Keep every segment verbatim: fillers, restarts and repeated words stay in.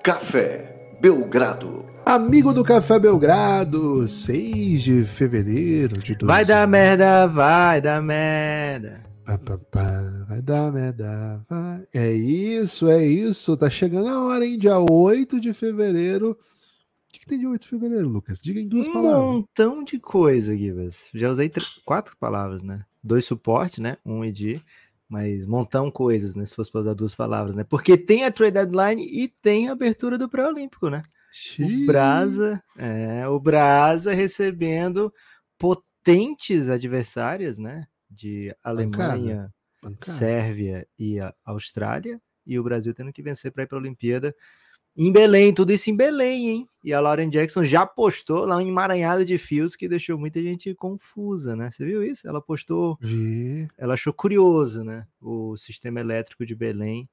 Café Belgrado. Amigo do Café Belgrado, seis de fevereiro de dois mil. Vai dar merda, vai dar merda. Pá, pá, pá, vai dar merda, vai. É isso, é isso. Tá chegando a hora, hein? Dia oito de fevereiro. O que, que tem de oito de fevereiro, Lucas? Diga em duas um palavras. Um montão de coisa, Gibas. Já usei tr- quatro palavras, né? Dois suporte, né? Um E D. Mas montão coisas, né? Se fosse para usar duas palavras, né? Porque tem a trade deadline e tem a abertura do pré-olímpico, né? Xiii. O Brasa, é, o Brasa recebendo potentes adversárias, né? De Alemanha, Pancada. Pancada. Sérvia e a Austrália. E o Brasil tendo que vencer para ir para a Olimpíada em Belém, tudo isso em Belém, hein? E a Lauren Jackson já postou lá um emaranhado de fios que deixou muita gente confusa, né? Você viu isso? Ela postou, Vi. ela achou curioso, né? O sistema elétrico de Belém.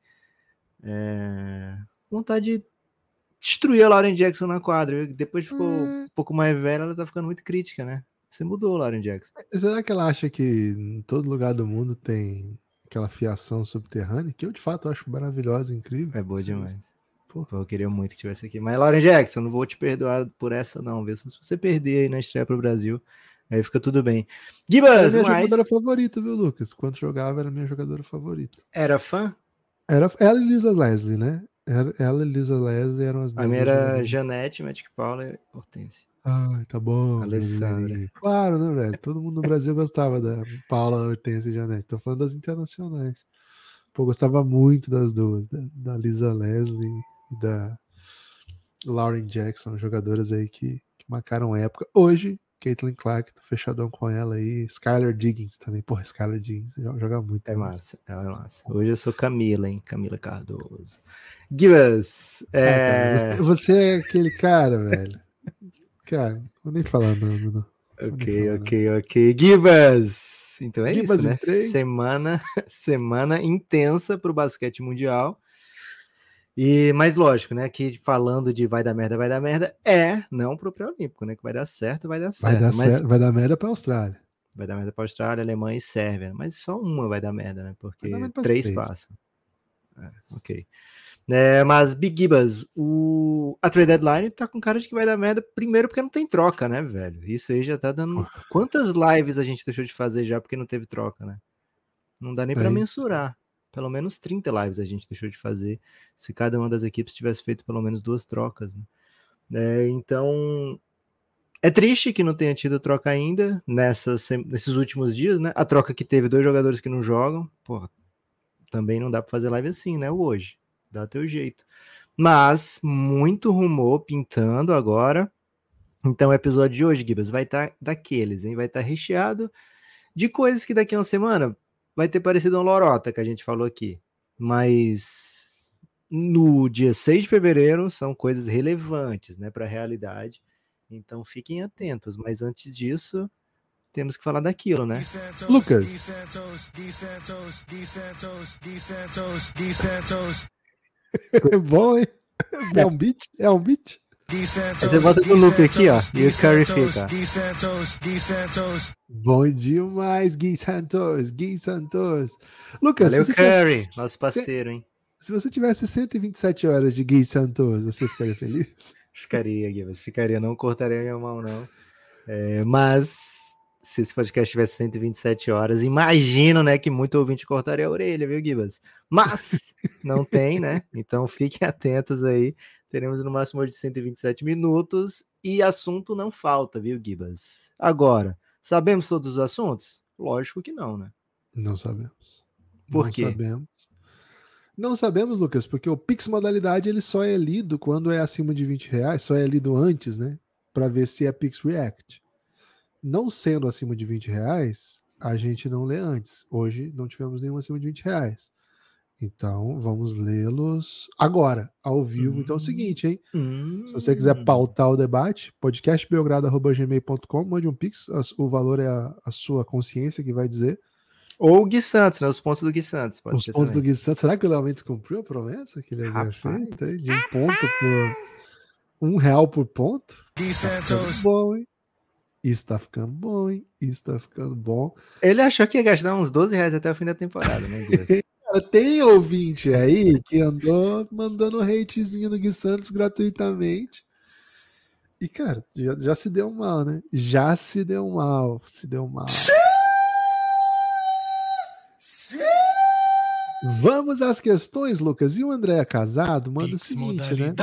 É... Vontade de destruir a Lauren Jackson na quadra. Depois ficou um pouco mais velha, ela tá ficando muito crítica, né? Você mudou, Lauren Jackson. Será que ela acha que em todo lugar do mundo tem aquela fiação subterrânea? Que eu, de fato, acho maravilhosa, incrível. É boa demais. Isso. Pô. Pô, eu queria muito que tivesse aqui. Mas, Lauren Jackson, não vou te perdoar por essa, não. Viu? Se você perder aí na estreia pro Brasil, aí fica tudo bem. Gibas, era minha mas... jogadora favorita, viu, Lucas? Quando jogava, era minha jogadora favorita. Era fã? Era ela e Lisa Leslie, né? Ela e Lisa Leslie eram as minhas. A minha era Janete, Magic Paula e Hortência. Ai, tá bom. Alessandra. Claro, né, velho? Todo mundo no Brasil gostava da Paula, Hortência e Janete. Tô falando das internacionais. Pô, eu gostava muito das duas, da, da Lisa Leslie e da Lauren Jackson, jogadoras aí que, que marcaram época. Hoje, Caitlin Clark, tô fechadão com ela aí. Skylar Diggins também. Porra, Skylar Diggins joga, joga muito. É massa, ela é massa. Hoje eu sou Camila, hein? Camila Cardoso. Gibas. É... Ah, cara, você, você é aquele cara, velho. Cara, não vou nem falar nada, não. Ok, ok, nada. ok. Gibas. Então é Gibas isso, né? Semana, semana intensa pro basquete mundial. E, mas lógico, né? Que falando de vai dar merda, vai dar merda, é não pro pré-olímpico, né? Que vai dar certo, vai dar certo. Vai dar, mas certo, vai dar merda pra Austrália. Vai dar merda pra Austrália, Alemanha e Sérvia. Mas só uma vai dar merda, né? Porque três, três passam. É, ok. É, mas Big Gibas, o... a trade deadline tá com cara de que vai dar merda. Primeiro porque não tem troca, né, velho? Isso aí já tá dando... Quantas lives a gente deixou de fazer já porque não teve troca, né? Não dá nem pra é mensurar. Pelo menos trinta lives a gente deixou de fazer se cada uma das equipes tivesse feito pelo menos duas trocas, né? É, então... É triste que não tenha tido troca ainda nessas, nesses últimos dias, né? A troca que teve dois jogadores que não jogam, porra, também não dá pra fazer live assim, né? Hoje. Dá teu jeito. Mas muito rumor pintando agora. Então o episódio de hoje, Gibas, vai estar tá daqueles, hein? Vai estar tá recheado de coisas que daqui a uma semana vai ter parecido uma lorota que a gente falou aqui. Mas no dia seis de fevereiro são coisas relevantes, né, para a realidade. Então fiquem atentos. Mas antes disso, temos que falar daquilo, né? Lucas. É bom, hein? É um beat? É um beat? Você bota no loop aqui, ó, e o Curry fica. Bom demais, Gui Santos, Gui Santos. Lucas, valeu, se Curry, tivesse... nosso parceiro, hein? Se você tivesse cento e vinte e sete horas de Gui Santos, você ficaria feliz? Ficaria, Gui, ficaria, não cortaria minha mão, não. É, mas se esse podcast tivesse cento e vinte e sete horas, imagino, né, que muito ouvinte cortaria a orelha, viu, Gibas? Mas não tem, né? Então fiquem atentos aí. Teremos no máximo de cento e vinte e sete minutos e assunto não falta, viu, Gibas? Agora, sabemos todos os assuntos? Lógico que não, né? Não sabemos. Por não quê? sabemos. Não sabemos, Lucas, porque o Pix Modalidade ele só é lido quando é acima de vinte reais, só é lido antes, né? Para ver se é Pix React. Não sendo acima de vinte reais, a gente não lê antes. Hoje não tivemos nenhum acima de vinte reais. Então, vamos lê-los agora, ao vivo. Hum, então é o seguinte, hein? Hum. Se você quiser pautar o debate, podcast belgrado arroba gmail ponto com, mande um pix, o valor é a, a sua consciência que vai dizer. Ou o Gui Santos, né? Os pontos do Gui Santos. Pode Os ser pontos também. do Gui Santos. Será que o Léo Mendes cumpriu a promessa que ele havia feito? Hein? De um ponto por... Um real por ponto? Gui Santos. Tá bom, hein? Isso tá ficando bom, hein? Isso tá ficando bom. Ele achou que ia gastar uns doze reais até o fim da temporada, né, Gui? Tem ouvinte aí que andou mandando hatezinho no Gui Santos gratuitamente. E, cara, já, já se deu mal, né? Já se deu mal. Se deu mal. Vamos às questões, Lucas. E o André é casado? Manda o seguinte, né?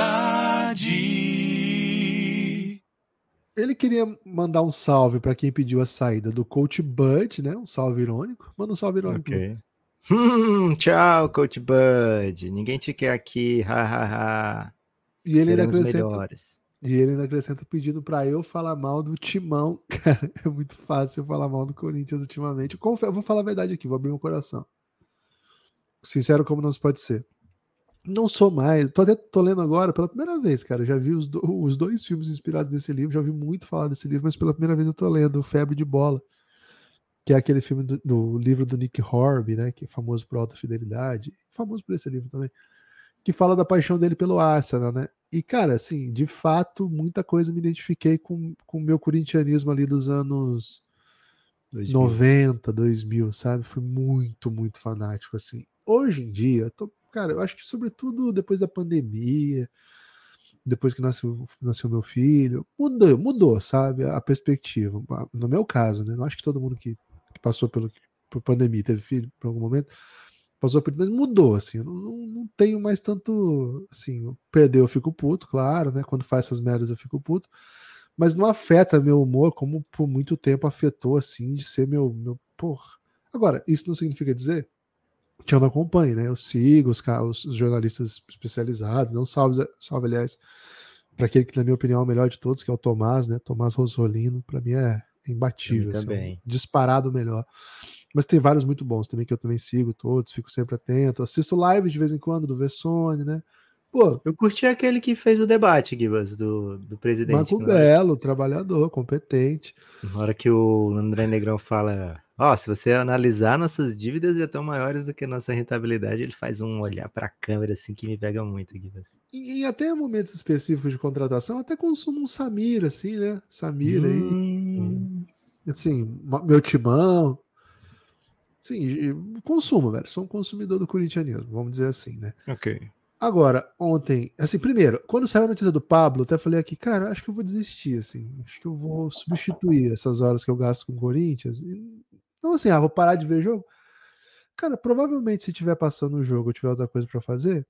Ele queria mandar um salve para quem pediu a saída do Coach Bud, né? Um salve irônico. Manda um salve irônico. Okay. Hum, tchau, Coach Bud. Ninguém te quer aqui. Ha, ha, ha. E ele Seremos ainda acrescenta, melhores. E ele ainda acrescenta pedindo para eu falar mal do Timão. Cara, é muito fácil eu falar mal do Corinthians ultimamente. Eu, eu vou falar a verdade aqui, vou abrir meu coração. Sincero como não se pode ser. Não sou mais. Tô, até, tô lendo agora pela primeira vez, cara. Já vi os, do, os dois filmes inspirados nesse livro. Já ouvi muito falar desse livro, mas pela primeira vez eu tô lendo o Febre de Bola, que é aquele filme do, do livro do Nick Horby, né? Que é famoso por Alta Fidelidade. Famoso por esse livro também. Que fala da paixão dele pelo Arsenal, né? E, cara, assim, de fato, muita coisa me identifiquei com o meu corintianismo ali dos anos dois mil. noventa, dois mil, sabe? Fui muito, muito fanático, assim. Hoje em dia, tô, cara, eu acho que sobretudo depois da pandemia, depois que nasceu, nasceu meu filho, mudou, mudou, sabe? A perspectiva. No meu caso, né? Não acho que todo mundo que, que passou pelo, por pandemia, teve filho por algum momento, passou por, mas mudou, assim, eu não, não, não tenho mais tanto, assim, perder eu fico puto, claro, né? Quando faz essas merdas eu fico puto, mas não afeta meu humor como por muito tempo afetou, assim, de ser meu, meu porra. Agora, isso não significa dizer que eu não acompanho, né? Eu sigo os, os, os jornalistas especializados, não salve, salve aliás, para aquele que, na minha opinião, é o melhor de todos, que é o Tomás, né? Tomás Rosolino, para mim é imbatível, assim, um disparado melhor. Mas tem vários muito bons também, que eu também sigo todos, fico sempre atento. Assisto live de vez em quando do Vessone, né? Pô, eu curti aquele que fez o debate, Gibas, do, do presidente. Marco Belo, trabalhador, competente. Na hora que o André Negrão fala, ó, oh, se você analisar nossas dívidas já estão maiores do que nossa rentabilidade, ele faz um olhar para a câmera assim que me pega muito, Gibas. E, e até momentos específicos de contratação, até consumo um Samir, assim, né? Samir hum... aí. Assim, meu timão. Sim, consumo, velho. Sou um consumidor do corintianismo, vamos dizer assim, né? Ok. Agora, ontem, assim, primeiro, quando saiu a notícia do Pablo, até falei aqui, cara, acho que eu vou desistir, assim. Acho que eu vou substituir essas horas que eu gasto com o Corinthians. Então, assim, ah, vou parar de ver jogo. Cara, provavelmente se estiver passando o jogo ou tiver outra coisa para fazer,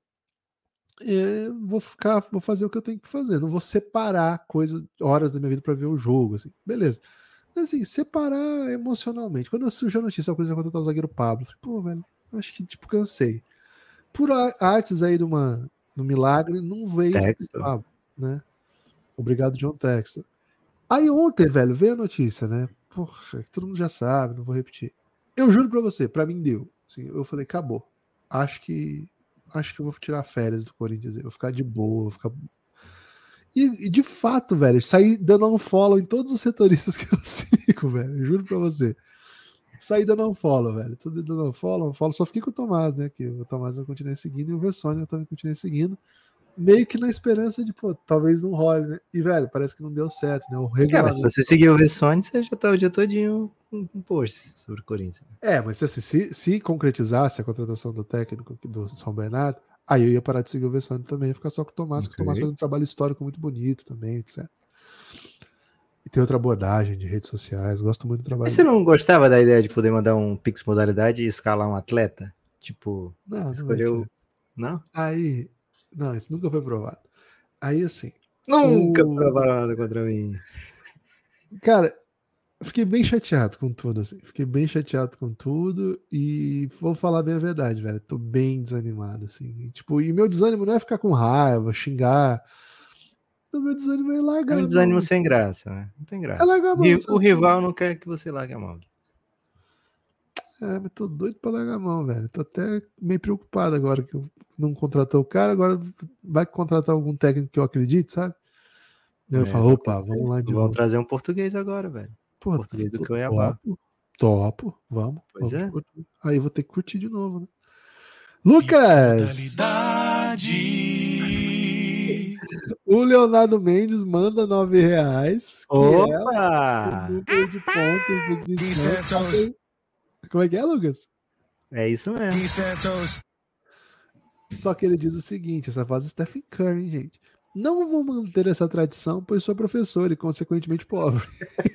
eu vou ficar, vou fazer o que eu tenho que fazer. Não vou separar coisas, horas da minha vida para ver o jogo, assim. Beleza. Mas, assim, separar emocionalmente. Quando eu surgiu a notícia, eu queria contratar o zagueiro Pablo. Falei, pô, velho, acho que, tipo, cansei. Por artes aí de uma, do milagre, não veio Pablo, né? Obrigado, John Textor. Aí ontem, velho, veio a notícia, né? Porra, todo mundo já sabe, não vou repetir. Eu juro pra você, pra mim deu. Assim, eu falei, acabou. Acho que acho que eu vou tirar férias do Corinthians. Eu vou ficar de boa, vou ficar... E, e de fato, velho, saí dando um follow em todos os setoristas que eu sigo, velho. Eu juro pra você. Saí dando um follow, velho. Tudo dando um follow, um follow. Só fiquei com o Tomás, né? Que o Tomás eu continuei seguindo e o Vessone eu também continuei seguindo. Meio que na esperança de, pô, talvez não role, né? E, velho, parece que não deu certo, né? O regulamento... É, mas se você seguir o Vessone, você já tá o dia todinho com um post sobre o Corinthians. É, mas assim, se, se concretizasse a contratação do técnico do São Bernardo, aí eu ia parar de seguir o Vessone também, ficar só com o Tomás, okay. Que o Tomás faz um trabalho histórico muito bonito também, etcétera. E tem outra abordagem de redes sociais, gosto muito do trabalho. Mas você não gostava da ideia de poder mandar um Pix modalidade e escalar um atleta? Tipo, não, escolheu... Não, não? Aí, não, isso nunca foi provado. Aí, assim... Nunca o... provaram nada contra mim. Cara, eu fiquei bem chateado com tudo, assim. Fiquei bem chateado com tudo e vou falar bem a verdade, velho. Tô bem desanimado, assim. Tipo, e meu desânimo não é ficar com raiva, xingar... O meu desânimo é largar. É um desânimo sem graça, né? Não tem graça. É largar a mão, o rival não quer que você largue a mão. É, mas tô doido pra largar a mão, velho. Tô até meio preocupado agora que eu não contratou o cara. Agora vai contratar algum técnico que eu acredite, sabe? Aí eu é, falo, opa, vamos lá de Vão novo. Vão trazer um português agora, velho. Pô, português do tô, Cuiabá. Topo, topo, vamos. Pois vamos é. Aí eu vou ter que curtir de novo, né? Lucas! O Leonardo Mendes manda nove reais. Que Opa! É o número de pontos do Gui Santos. Como é que é, Lucas? É isso mesmo. Gui Santos. Só que ele diz o seguinte, essa voz é Stephen Curry, hein, gente? Não vou manter essa tradição, pois sou professor e, consequentemente, pobre.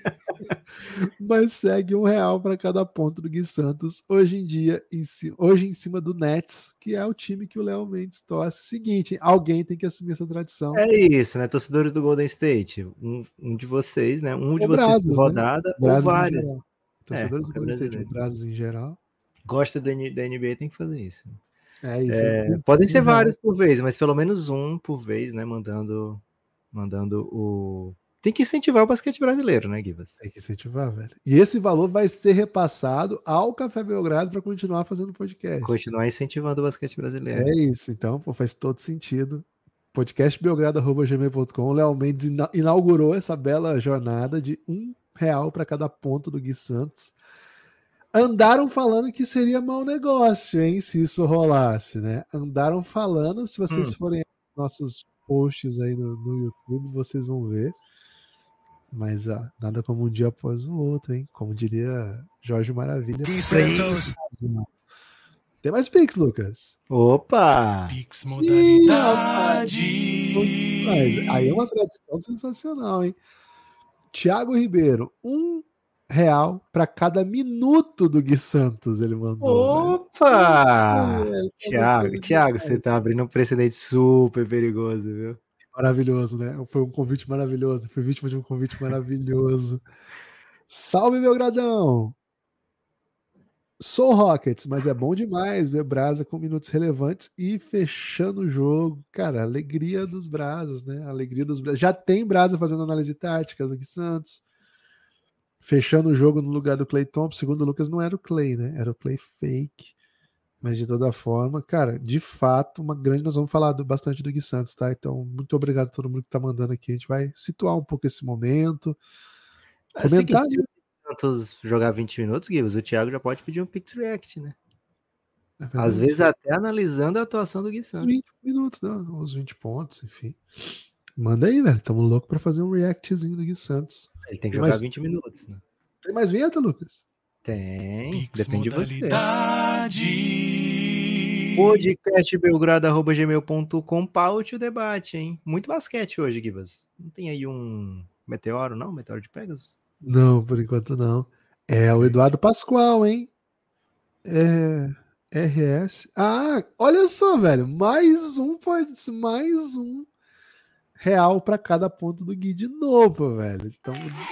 Mas segue um real para cada ponto do Gui Santos, hoje em dia, em ci... hoje em cima do Nets, que é o time que o Léo Mendes torce. Seguinte, alguém tem que assumir essa tradição. É isso, né? Torcedores do Golden State, um, um de vocês, né? Um de ou vocês Brazos, por rodada, né? ou Brazos vários. Torcedores é, do Golden State, ou Brazos em geral. Gosta da N B A, tem que fazer isso. É isso. É, um, podem um ser real. vários por vez, mas pelo menos um por vez, né? Mandando, mandando o... Tem que incentivar o basquete brasileiro, né, Gibas? Tem que incentivar, velho. E esse valor vai ser repassado ao Café Belgrado para continuar fazendo podcast. Continuar incentivando o basquete brasileiro. É isso, então pô, faz todo sentido. podcast belgrado arroba gmail ponto com. O Léo Mendes ina- inaugurou essa bela jornada de um real para cada ponto do Gui Santos. Andaram falando que seria mau negócio, hein, se isso rolasse, né? Andaram falando, se vocês Hum. forem nossos posts aí no, no YouTube, vocês vão ver. Mas ó, nada como um dia após o outro, hein? Como diria Jorge Maravilha. Gui Santos. Tem mais Pix, Lucas. Opa! Pix Ih, modalidade. rapaz. Mas aí é uma tradição sensacional, hein? Tiago Ribeiro, um real para cada minuto do Gui Santos ele mandou. Opa! velho. Tiago, Tiago, você tá abrindo um precedente super perigoso, viu? Maravilhoso, né? Foi um convite maravilhoso. Fui vítima de um convite maravilhoso. Salve, meu gradão! Sou Rockets, mas é bom demais ver Brasa com minutos relevantes e fechando o jogo. Cara, alegria dos Brasas, né? Alegria dos Brasas. Já tem Brasa fazendo análise tática do Gui Santos. Fechando o jogo no lugar do Klay Thompson. Segundo o Lucas, não era o Klay, né? Era o Klay fake. Mas de toda forma, cara, de fato, uma grande. Nós vamos falar do, bastante do Gui Santos, tá? Então, muito obrigado a todo mundo que tá mandando aqui. A gente vai situar um pouco esse momento. Comentar. Se o Santos jogar vinte minutos, Gibbs, o Thiago já pode pedir um Pick React, né? É Às vezes até analisando a atuação do Gui Santos. Os vinte minutos, né? Os vinte pontos, enfim. Manda aí, velho. Tamo louco pra fazer um reactzinho do Gui Santos. Ele tem que Tem jogar mais... vinte minutos, né? Tem mais vinheta, Lucas? Tem. Pix Depende modalidade. de você. podcast belgrado arroba gmail ponto com. Paute o debate, hein? Muito basquete hoje, Gibas. Não tem aí um meteoro, não? Meteoro de Pegasus? Não, por enquanto não. É o Eduardo Pascoal, hein? É... R S. Ah, olha só, velho. Mais um, pode mais um real para cada ponto do Gui de novo, velho. Então.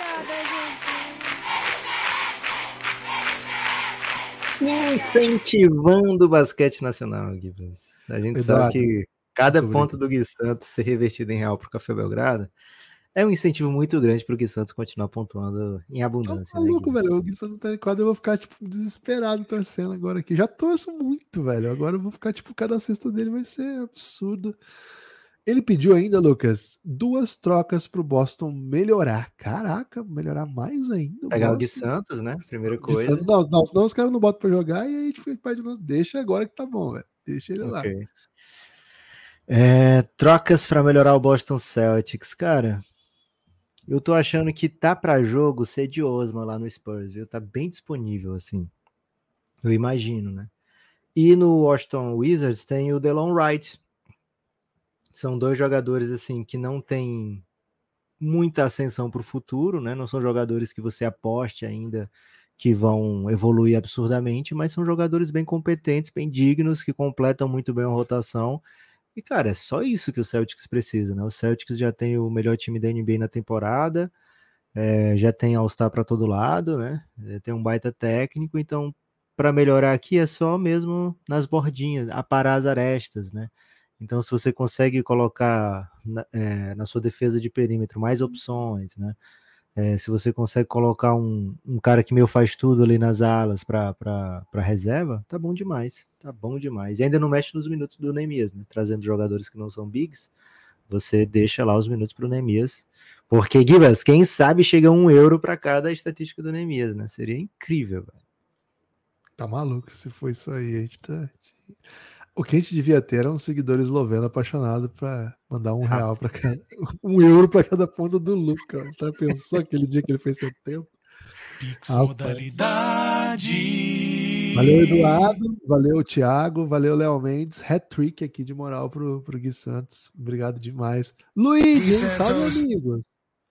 Incentivando o basquete nacional, Gui. A gente Eduardo, sabe que cada muito ponto obrigado. do Gui Santos ser revertido em real para o Café Belgrado é um incentivo muito grande para o Gui Santos continuar pontuando em abundância. Tá maluco, né, velho. O Gui Santos tá em quadro, eu vou ficar, tipo, desesperado torcendo agora aqui. Já torço muito, velho. Agora eu vou ficar, tipo, cada cesta dele vai ser absurdo. Ele pediu ainda, Lucas, duas trocas pro Boston melhorar. Caraca, melhorar mais ainda. Pegar Boston. o Gui Santos, né? Primeira Gui coisa. Santos, não, não, senão os caras não botam pra jogar e aí a gente fica perto de nós. Deixa agora que tá bom, velho. Deixa ele lá. Okay. É, trocas para melhorar o Boston Celtics, cara. Eu tô achando que tá para jogo ser de Osman lá no Spurs, viu? Tá bem disponível, assim. Eu imagino, né? E no Washington Wizards tem o Delon Wright. São dois jogadores, assim, que não tem muita ascensão para o futuro, né? Não são jogadores que você aposte ainda que vão evoluir absurdamente, mas são jogadores bem competentes, bem dignos, que completam muito bem a rotação. E, cara, é só isso que o Celtics precisa, né? O Celtics já tem o melhor time da N B A na temporada, é, já tem All-Star para todo lado, né? Tem um baita técnico, então para melhorar aqui é só mesmo nas bordinhas, aparar as arestas, né? Então, se você consegue colocar na, é, na sua defesa de perímetro mais opções, né? É, se você consegue colocar um, um cara que meio faz tudo ali nas alas para reserva, tá bom demais, tá bom demais. E ainda não mexe nos minutos do Neemias, né? Trazendo jogadores que não são bigs, você deixa lá os minutos pro Neemias. Porque, Gibas, quem sabe chega um euro para cada estatística do Neemias, né? Seria incrível, velho. Tá maluco se foi isso aí. A gente tá... O que a gente devia ter era um seguidor esloveno apaixonado pra mandar um real para cada. Um euro para cada ponto do Luca. Tá, pensou aquele dia que ele fez setenta? Pix modalidade. Valeu, Eduardo. Valeu, Thiago. Valeu, Léo Mendes. Hat-trick aqui de moral pro, pro Gui Santos. Obrigado demais. Luigi, hein? Salve, amigos.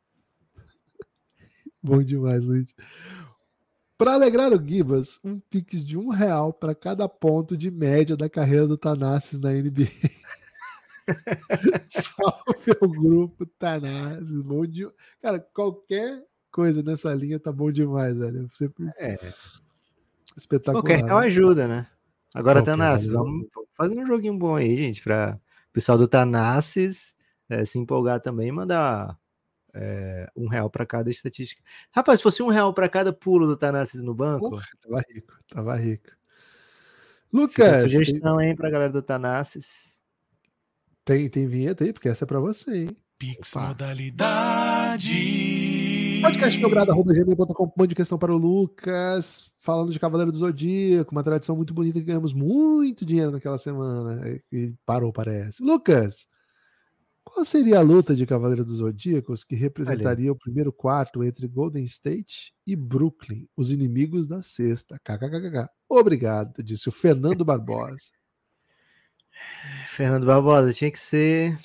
Bom demais, Luigi. Para alegrar o Gibas, um pix de um real para cada ponto de média da carreira do Thanasis na N B A. Salve ao grupo Thanasis. Bom de... Cara, qualquer coisa nessa linha tá bom demais, velho. Eu sempre... É. Espetacular. Qualquer real né? ajuda, né? Agora, Qualquer Thanasis, real. vamos fazer um joguinho bom aí, gente, para o pessoal do Thanasis é, se empolgar também e mandar é, um real para cada estatística. Rapaz, se fosse um real para cada pulo do Thanasis no banco... Porra, tava rico, tava rico. Fica a Lucas, sugestão, tem... hein, pra galera do Thanasis. Tem, tem vinheta aí, porque essa é pra você, hein? Pix modalidade. Podcast belgrado arroba gmail ponto com, ponto de questão para o Lucas, falando de Cavaleiro do Zodíaco, uma tradição muito bonita que ganhamos muito dinheiro naquela semana. E parou, parece. Lucas, qual seria a luta de Cavaleiro dos Zodíacos que representaria o primeiro quarto entre Golden State e Brooklyn, os inimigos da sexta? KKKK. Obrigado, disse o Fernando Barbosa. Fernando Barbosa, tinha que ser...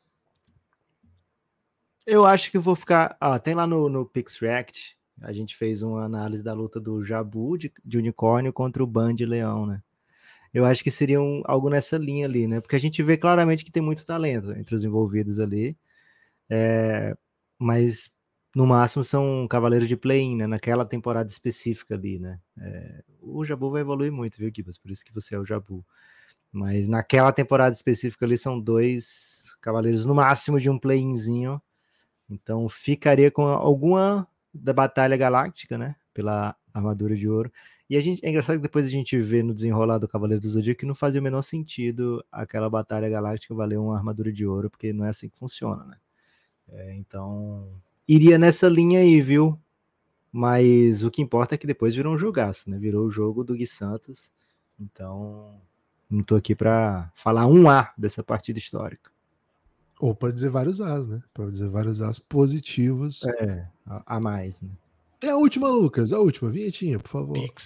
Eu acho que eu vou ficar... Ah, tem lá no, no Pix React, a gente fez uma análise da luta do Jabu de, de unicórnio contra o Band de leão, né? Eu acho que seria um, algo nessa linha ali, né? Porque a gente vê claramente que tem muito talento entre os envolvidos ali, é, mas no máximo são cavaleiros de play-in, né? Naquela temporada específica ali, né? É, o Jabu vai evoluir muito, viu, Gibas? Por isso que você é o Jabu. Mas naquela temporada específica ali são dois cavaleiros no máximo de um play-inzinho. Então ficaria com alguma da Batalha Galáctica, né? Pela armadura de ouro. E a gente, é engraçado que depois a gente vê no desenrolar do Cavaleiro do Zodíaco que não fazia o menor sentido aquela Batalha Galáctica valer uma armadura de ouro, porque não é assim que funciona, né? É, então, iria nessa linha aí, viu? Mas o que importa é que depois virou um jogaço, né? Virou o jogo do Gui Santos. Então, não tô aqui para falar um A dessa partida histórica. Ou para dizer vários As, né? Para dizer vários As positivos. É, a, a mais, né? É a última, Lucas, a última, vinhetinha, por favor. Pix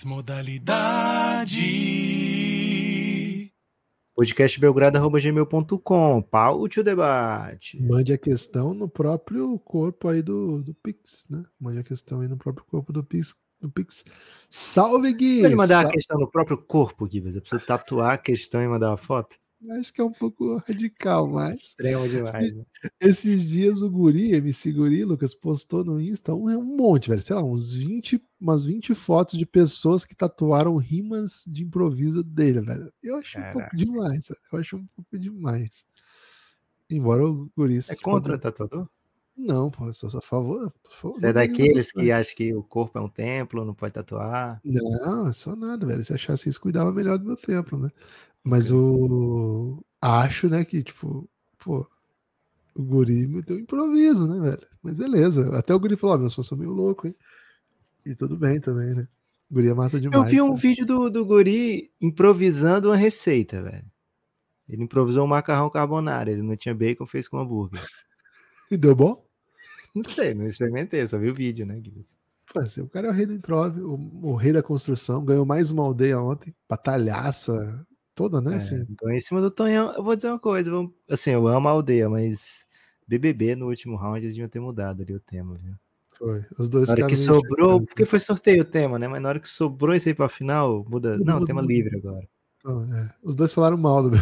modalidade. podcast belgrado arroba gmail ponto com. Paute o debate. Mande a questão no próprio corpo aí do, do Pix, né? Mande a questão aí no próprio corpo do Pix. Do Pix. Salve, Gui! Pode mandar Sal... a questão no próprio corpo, Gui. Você precisa tatuar a questão e mandar uma foto? Acho que é um pouco radical, mas... Extremo demais, né? Esses dias o Guri, M C Guri, Lucas, postou no Insta um, um monte, velho. Sei lá, uns vinte, umas vinte fotos de pessoas que tatuaram rimas de improviso dele, velho. Eu acho Caraca. um pouco demais, velho. Eu acho um pouco demais. Embora o Guri... É contra o tatuador? Não, pô, eu sou a favor. Você é daqueles que acham que o corpo é um templo, não pode tatuar? Não, só nada, velho. Se achasse isso, cuidava melhor do meu templo, né? Mas okay. o... Acho, né, que, tipo, pô, o Guri meteu improviso, né, velho? Mas beleza. Até o Guri falou, ó, oh, meus fãs são meio loucos, hein? E tudo bem também, né? O Guri é massa demais. Eu vi um né? vídeo do, do Guri improvisando uma receita, velho. Ele improvisou um macarrão carbonara. Ele não tinha bacon, fez com hambúrguer. E deu bom? Não sei, não experimentei, só vi o vídeo, né, Gui? Pô, assim, o cara é o rei do improv, o, o rei da construção, ganhou mais uma aldeia ontem, batalhaça toda, né? É, assim. Ganhou em cima do Tonhão. Eu vou dizer uma coisa, vamos, assim, eu amo a aldeia, mas B B B no último round eles deviam ter mudado ali o tema, viu? Foi, os dois na hora que sobrou, porque foi sorteio o tema, né? Mas na hora que sobrou isso aí pra final, muda. muda não, muda, tema muda. livre agora. Então, é. Os dois falaram mal do B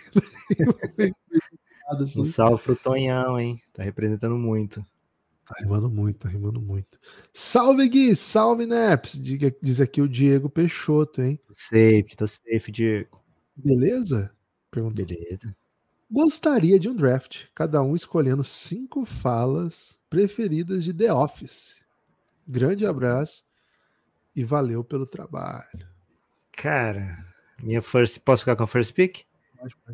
B B. Um salve pro Tonhão, hein? Tá representando muito. Tá rimando muito, tá rimando muito. Salve, Gui! Salve, Neps! Diga, diz aqui o Diego Peixoto, hein? Tô safe, tô safe, Diego. Beleza? Perguntou. Beleza. Gostaria de um draft, cada um escolhendo cinco falas preferidas de The Office. Grande abraço e valeu pelo trabalho. Cara, minha first... Posso ficar com a first pick? Pode, pode.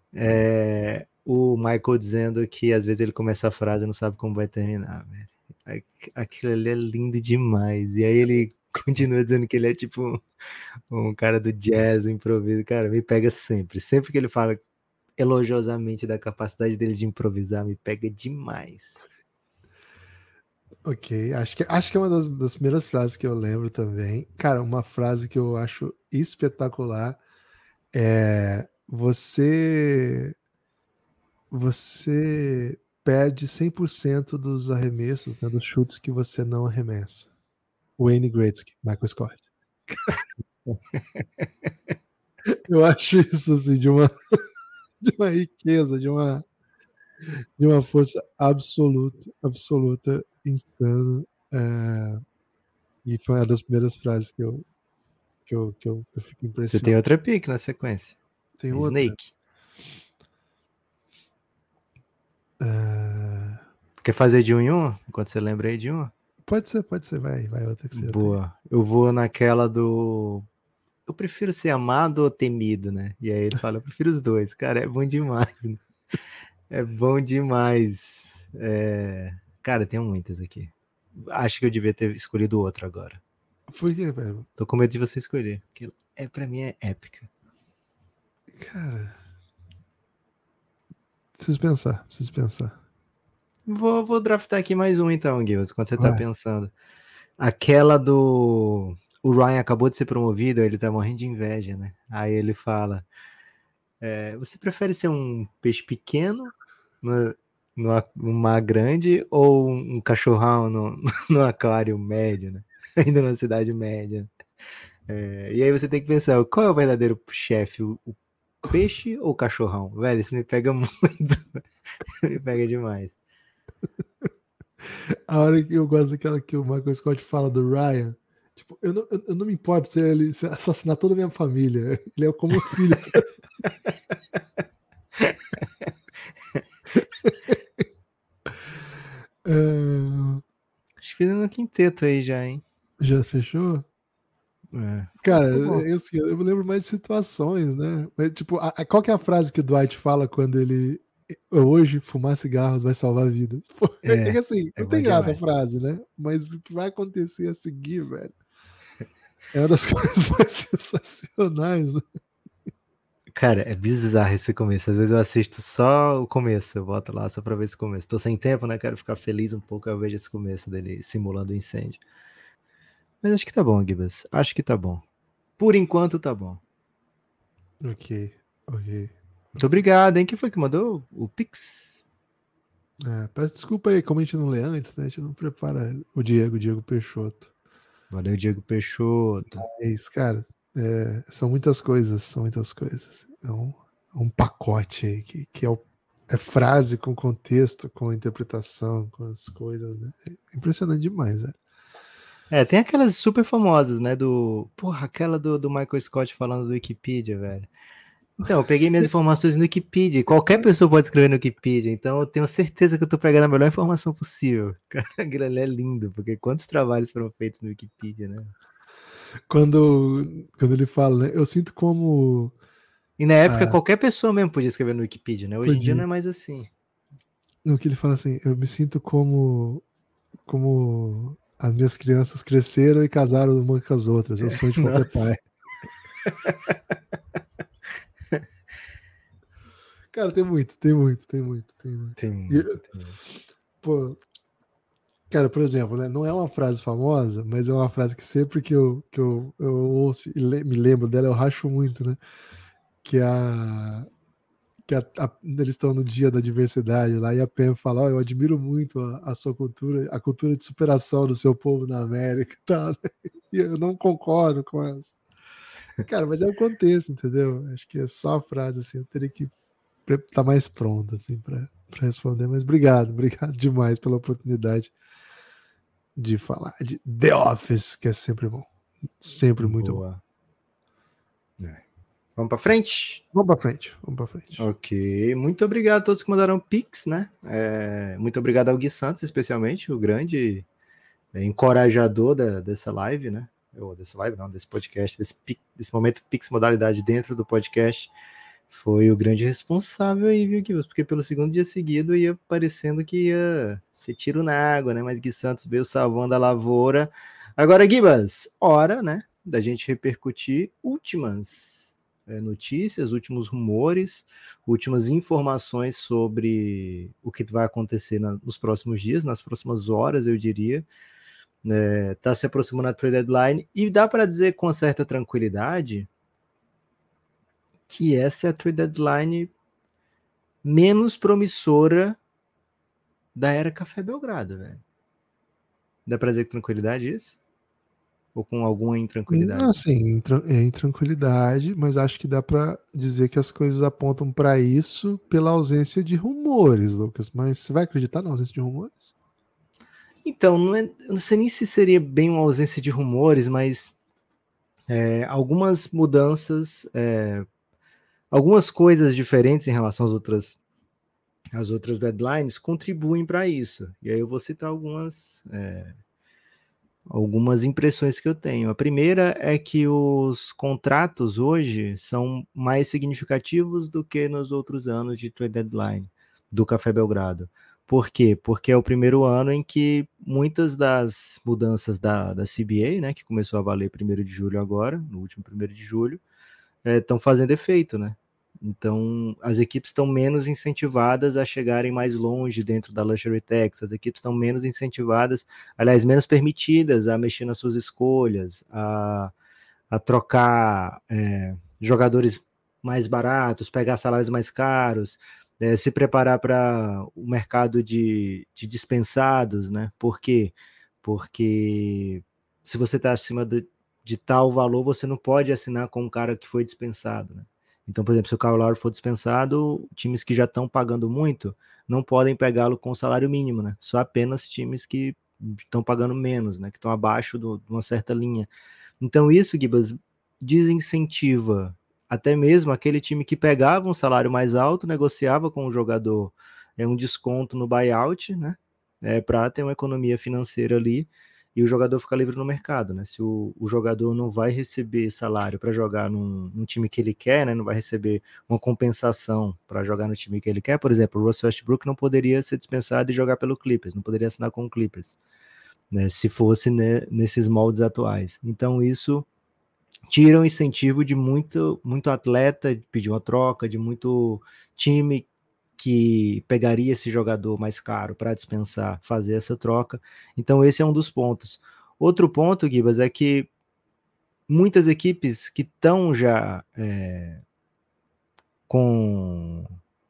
É... O Michael dizendo que às vezes ele começa a frase e não sabe como vai terminar, velho. Aquilo ali é lindo demais. E aí ele continua dizendo que ele é tipo um, um cara do jazz, um improviso. Cara, me pega sempre. Sempre que ele fala elogiosamente da capacidade dele de improvisar, me pega demais. Ok, acho que, acho que é uma das, das primeiras frases que eu lembro também. Cara, uma frase que eu acho espetacular é você você perde cem por cento dos arremessos, né, dos chutes que você não arremessa. Wayne Gretzky, Michael Scott. Eu acho isso assim de uma de uma riqueza, de uma de uma força absoluta, absoluta, insana. É, e foi uma das primeiras frases que eu que eu, que eu, que eu fico impressionado. Você tem outra pick na sequência. Tem outra. Snake. Uh... Quer fazer de um em um? Enquanto você lembra aí de um? Pode ser, pode ser. Vai, vai outra que você Boa. Eu vou naquela do... Eu prefiro ser amado ou temido, né? E aí ele fala, eu prefiro os dois. Cara, é bom demais. Né? É bom demais. É... Cara, tem muitas aqui. Acho que eu devia ter escolhido outro agora. Por quê, velho? Tô com medo de você escolher. Porque é, pra mim é épica. Cara... Preciso pensar, preciso pensar. Vou, vou draftar aqui mais um então, Guilherme, quando você Vai. tá pensando. Aquela do... O Ryan acabou de ser promovido, ele tá morrendo de inveja, né? Aí ele fala... É, você prefere ser um peixe pequeno no, no, no mar grande ou um cachorrão no, no aquário médio, né? Ainda numa cidade média. É, e aí você tem que pensar, qual é o verdadeiro chefe? O, o peixe ou o cachorrão? Velho, isso me pega muito. Me pega demais. A hora que eu gosto daquela que o Michael Scott fala do Ryan, tipo, eu não, eu não me importo se ele se assassinar toda a minha família. Ele é como um filho. uh... Acho que fizemos um quinteto aí já, hein? Já fechou? É, cara, eu, eu me lembro mais de situações, né? Mas, tipo, a, a, qual que é a frase que o Dwight fala quando ele hoje fumar cigarros vai salvar vidas? É, é que assim, é não tem graça demais. a frase, né? Mas o que vai acontecer a seguir, velho, é uma das coisas mais sensacionais, né? Cara, é bizarro esse começo. Às vezes eu assisto só o começo, eu boto lá só pra ver esse começo. Tô sem tempo, né? Quero ficar feliz um pouco, eu vejo esse começo dele simulando o incêndio. Mas acho que tá bom, Gibas. Acho que tá bom. Por enquanto tá bom. Ok, ok. Muito obrigado, hein? Quem foi que mandou o Pix? É, peço desculpa aí, como a gente não lê antes, né? A gente não prepara o Diego, o Diego Peixoto. Valeu, Diego Peixoto. É isso, cara. É, são muitas coisas, são muitas coisas. É um, é um pacote aí que, que é, o, é frase com contexto, com interpretação, com as coisas, né? É impressionante demais, velho. É, tem aquelas super famosas, né? Do. Porra, aquela do, do Michael Scott falando do Wikipedia, velho. Então, eu peguei minhas informações no Wikipedia. Qualquer pessoa pode escrever no Wikipedia, então eu tenho certeza que eu tô pegando a melhor informação possível. Cara, aquilo ali é lindo, porque quantos trabalhos foram feitos no Wikipedia, né? Quando, quando ele fala, né? Eu sinto como. E na época, ah, qualquer pessoa mesmo podia escrever no Wikipedia, né? Hoje podia. em dia não é mais assim. No que ele fala assim, eu me sinto como. Como as minhas crianças cresceram e casaram umas com as outras. Eu sonho de qualquer pai. Cara, tem muito, tem muito, tem muito, tem muito. Tem muito, e, tem muito. Pô, cara, por exemplo, né, não é uma frase famosa, mas é uma frase que sempre que eu, que eu, eu ouço e le, me lembro dela, eu racho muito, né? Que a. Que a, a, eles estão no dia da diversidade lá, e a Pam fala: oh, eu admiro muito a, a sua cultura, a cultura de superação do seu povo na América e tal, né? E eu não concordo com essa. Cara, mas é o contexto, entendeu? Acho que é só a frase, assim, eu teria que estar tá mais pronto, assim, para responder. Mas obrigado, obrigado demais pela oportunidade de falar de The Office, que é sempre bom. Sempre muito Boa. bom. É. Vamos para frente? Vamos para frente, vamos para frente. Ok, muito obrigado a todos que mandaram Pix, né? É, muito obrigado ao Gui Santos, especialmente, o grande é, encorajador da, dessa live, né? Ou dessa live, não, desse podcast, desse, desse momento Pix Modalidade dentro do podcast. Foi o grande responsável aí, viu, Gui? Porque pelo segundo dia seguido ia parecendo que ia ser tiro na água, né? Mas Gui Santos veio salvando a lavoura. Agora, Gibas, hora, né, da gente repercutir últimas é, notícias, últimos rumores, últimas informações sobre o que vai acontecer na, nos próximos dias, nas próximas horas, eu diria. Está é, se aproximando a trade deadline e dá para dizer com certa tranquilidade que essa é a trade deadline menos promissora da era Café Belgrado, velho. Dá pra dizer com tranquilidade isso? Ou com alguma intranquilidade? Não, assim, em tranquilidade, mas acho que dá pra dizer que as coisas apontam pra isso pela ausência de rumores, Lucas. Mas você vai acreditar na ausência de rumores? Então, não, é, não sei nem se seria bem uma ausência de rumores, mas é, algumas mudanças, é, algumas coisas diferentes em relação às outras as outras deadlines contribuem para isso. E aí eu vou citar algumas, é, algumas impressões que eu tenho. A primeira é que os contratos hoje são mais significativos do que nos outros anos de trade deadline do Café Belgrado. Por quê? Porque é o primeiro ano em que muitas das mudanças da, da C B A, né, que começou a valer primeiro de julho agora, no último primeiro de julho, estão é, fazendo efeito, né? Então, as equipes estão menos incentivadas a chegarem mais longe dentro da Luxury Tax, as equipes estão menos incentivadas, aliás, menos permitidas a mexer nas suas escolhas, a, a trocar é, jogadores mais baratos, pegar salários mais caros, é, se preparar para o mercado de, de dispensados, né? Por quê? Porque se você está acima de, de tal valor, você não pode assinar com um cara que foi dispensado, né? Então, por exemplo, se o Kyle Lowry for dispensado, times que já estão pagando muito não podem pegá-lo com salário mínimo, né? Só apenas times que estão pagando menos, né? Que estão abaixo do, de uma certa linha. Então, isso, Gibas, desincentiva até mesmo aquele time que pegava um salário mais alto, negociava com o jogador é, um desconto no buyout, né? É, para ter uma economia financeira ali e o jogador fica livre no mercado, né? Se o, o jogador não vai receber salário para jogar num, num time que ele quer, né? Não vai receber uma compensação para jogar no time que ele quer, por exemplo, o Russell Westbrook não poderia ser dispensado e jogar pelo Clippers, não poderia assinar com o Clippers, né? Se fosse né, nesses moldes atuais. Então isso tira o incentivo de muito, muito atleta de pedir uma troca, de muito time que pegaria esse jogador mais caro para dispensar, fazer essa troca. Então esse é um dos pontos. Outro ponto, Gibas, é que muitas equipes que estão já é, com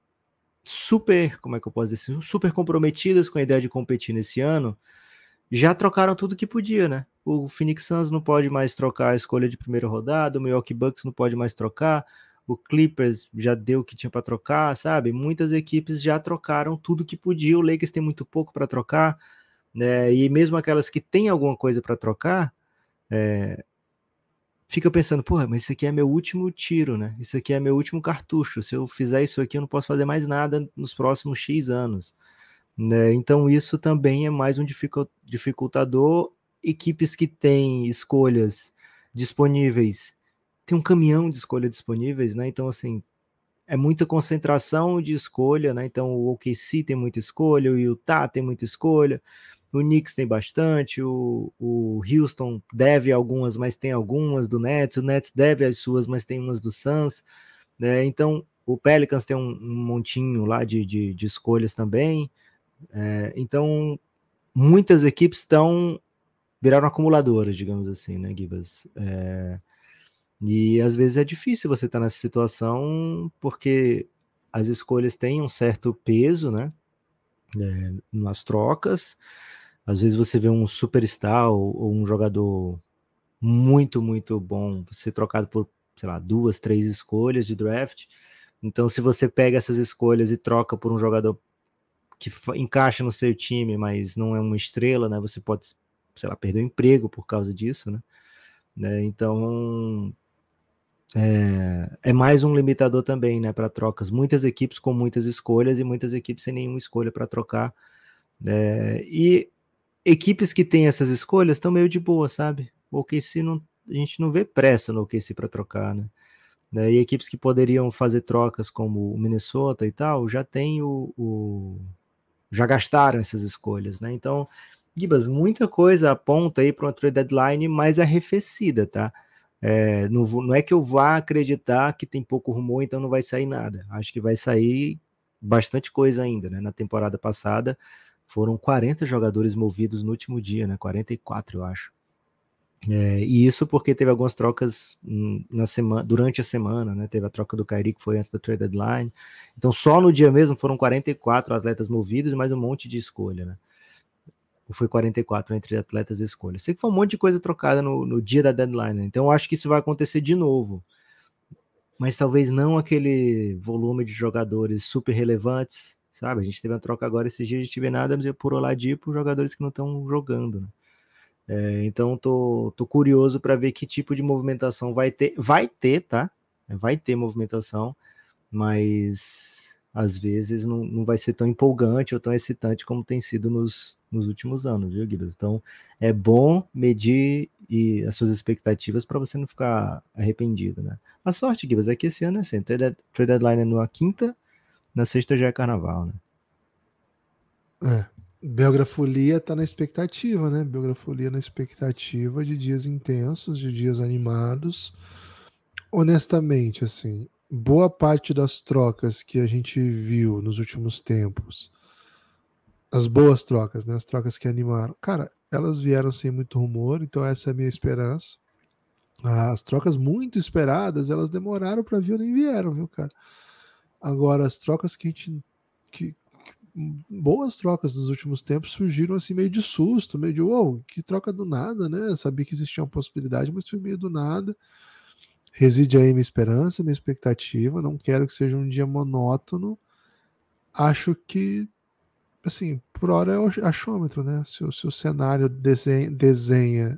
super, como é que eu posso dizer, super comprometidas com a ideia de competir nesse ano, já trocaram tudo que podia, né? O Phoenix Suns não pode mais trocar a escolha de primeira rodada, o Milwaukee Bucks não pode mais trocar, o Clippers já deu o que tinha para trocar, sabe? Muitas equipes já trocaram tudo que podia, o Lakers tem muito pouco para trocar, né? E mesmo aquelas que têm alguma coisa para trocar, é, fica pensando, porra, mas isso aqui é meu último tiro, né? Isso aqui é meu último cartucho. Se eu fizer isso aqui, eu não posso fazer mais nada nos próximos X anos. Né? Então isso também é mais um dificultador. Equipes que têm escolhas disponíveis, tem um caminhão de escolhas disponíveis, né? Então assim, é muita concentração de escolha, né? Então o O K C tem muita escolha, o Utah tem muita escolha, o Knicks tem bastante, o, o Houston deve algumas, mas tem algumas do Nets, o Nets deve as suas, mas tem umas do Suns, né? Então o Pelicans tem um, um montinho lá de, de, de escolhas também. É, então, muitas equipes estão viraram acumuladoras, digamos assim, né, Gibas? É, e às vezes é difícil você estar nessa situação porque as escolhas têm um certo peso, né? É, nas trocas. Às vezes você vê um superstar ou, ou um jogador muito, muito bom ser trocado por, sei lá, duas, três escolhas de draft. Então, se você pega essas escolhas e troca por um jogador que encaixa no seu time, mas não é uma estrela, né? Você pode, sei lá, perder o emprego por causa disso, né? né? Então, é, é mais um limitador também, né? Para trocas. Muitas equipes com muitas escolhas e muitas equipes sem nenhuma escolha para trocar. É, e equipes que têm essas escolhas estão meio de boa, sabe? O O K C não, a gente não vê pressa no O K C para trocar, né? E equipes que poderiam fazer trocas como o Minnesota e tal, já tem o, o já gastaram essas escolhas, né? Então, Gibas, muita coisa aponta aí para uma trade deadline mais arrefecida, tá? É, não, vou, não é que eu vá acreditar que tem pouco rumor, então não vai sair nada. Acho que vai sair bastante coisa ainda, né? Na temporada passada foram quarenta jogadores movidos no último dia, né? quarenta e quatro, eu acho. É, e isso porque teve algumas trocas na semana, durante a semana, né? Teve a troca do Kyrie, que foi antes da trade deadline. Então, só no dia mesmo foram quarenta e quatro atletas movidos, mais um monte de escolha, né? Ou foi quarenta e quatro entre atletas e escolhas. Sei que foi um monte de coisa trocada no, no dia da deadline, né? Então eu acho que isso vai acontecer de novo. Mas talvez não aquele volume de jogadores super relevantes, sabe? A gente teve uma troca agora esses dias, a gente vê nada por Oladipo, jogadores que não estão jogando, né? É, então tô, tô curioso para ver que tipo de movimentação vai ter. Vai ter, tá? Vai ter movimentação, mas às vezes não, não vai ser tão empolgante ou tão excitante como tem sido nos, nos últimos anos, viu, Guilherme? Então é bom medir e as suas expectativas para você não ficar arrependido, né? A sorte, Guilherme, é que esse ano é assim, trade deadline é na quinta, na sexta já é carnaval, né? É. Biografolia tá na expectativa, né? Biografolia na expectativa de dias intensos, de dias animados. Honestamente, assim, boa parte das trocas que a gente viu nos últimos tempos, as boas trocas, né? As trocas que animaram, cara, elas vieram sem muito rumor, então essa é a minha esperança. As trocas muito esperadas, elas demoraram para vir ou nem vieram, viu, cara? Agora, as trocas que a gente. Que, boas trocas nos últimos tempos surgiram assim meio de susto, meio de uou, que troca do nada, né? Eu sabia que existia uma possibilidade, mas foi meio do nada. Reside aí minha esperança, minha expectativa. Não quero que seja um dia monótono. Acho que, assim, por hora é o achômetro, né? Se, se o cenário desenha, desenha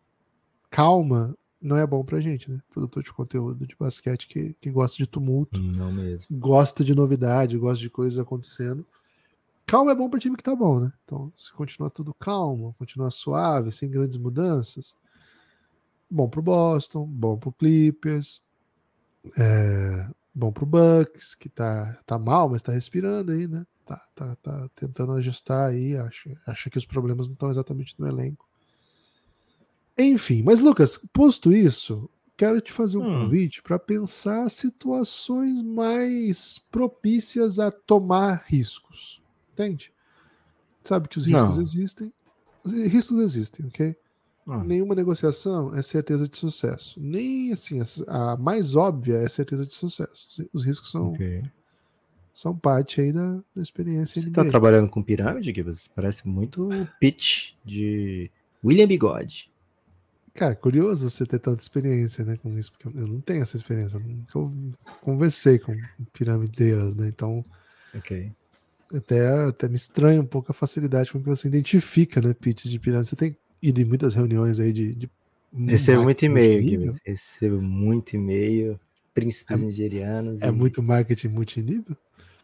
calma, não é bom pra gente, né? Produtor de conteúdo de basquete que, que gosta de tumulto, Não mesmo. gosta de novidade, gosta de coisas acontecendo. Calma é bom para time que tá bom, né? Então, se continuar tudo calmo, continuar suave, sem grandes mudanças, bom pro Boston, bom pro Clippers, é, bom pro Bucks, que tá, tá mal, mas tá respirando aí, né? Tá, tá, tá tentando ajustar aí, acho, acho que os problemas não estão exatamente no elenco. Enfim, mas Lucas, posto isso, quero te fazer um hum. convite para pensar situações mais propícias a tomar riscos, entende? Sabe que os riscos Não. existem. Os riscos existem, ok? Hum. Nenhuma negociação é certeza de sucesso. Nem assim, a mais óbvia é certeza de sucesso. Os riscos são, Okay. são parte aí da, da experiência Você N B A. está trabalhando com pirâmide, Gibbs? Parece muito pitch de William Bigode. Cara, curioso você ter tanta experiência, né, com isso, porque eu não tenho essa experiência. Eu nunca conversei com piramideiras, né? Então, Ok. até, até me estranha um pouco a facilidade com que você identifica, né, pitches de pirâmide. Você tem ido em muitas reuniões aí de, de Recebo muito e-mail, multinível? Recebo muito e-mail. Príncipes É, nigerianos. é e... muito marketing multinível?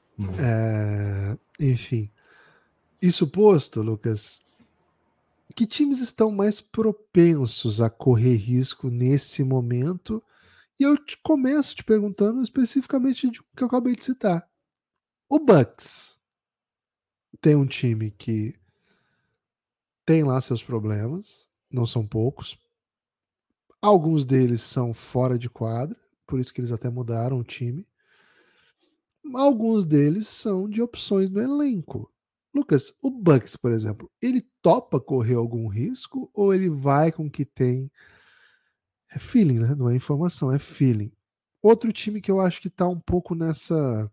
É, enfim. Isso posto, Lucas, que times estão mais propensos a correr risco nesse momento? E eu te começo te perguntando especificamente de um que eu acabei de citar. O Bucks tem um time que tem lá seus problemas, não são poucos. Alguns deles são fora de quadra, por isso que eles até mudaram o time. Alguns deles são de opções no elenco. Lucas, o Bucks, por exemplo, ele topa correr algum risco ou ele vai com o que tem? É feeling, né? Não é informação, é feeling. Outro time que eu acho que tá um pouco nessa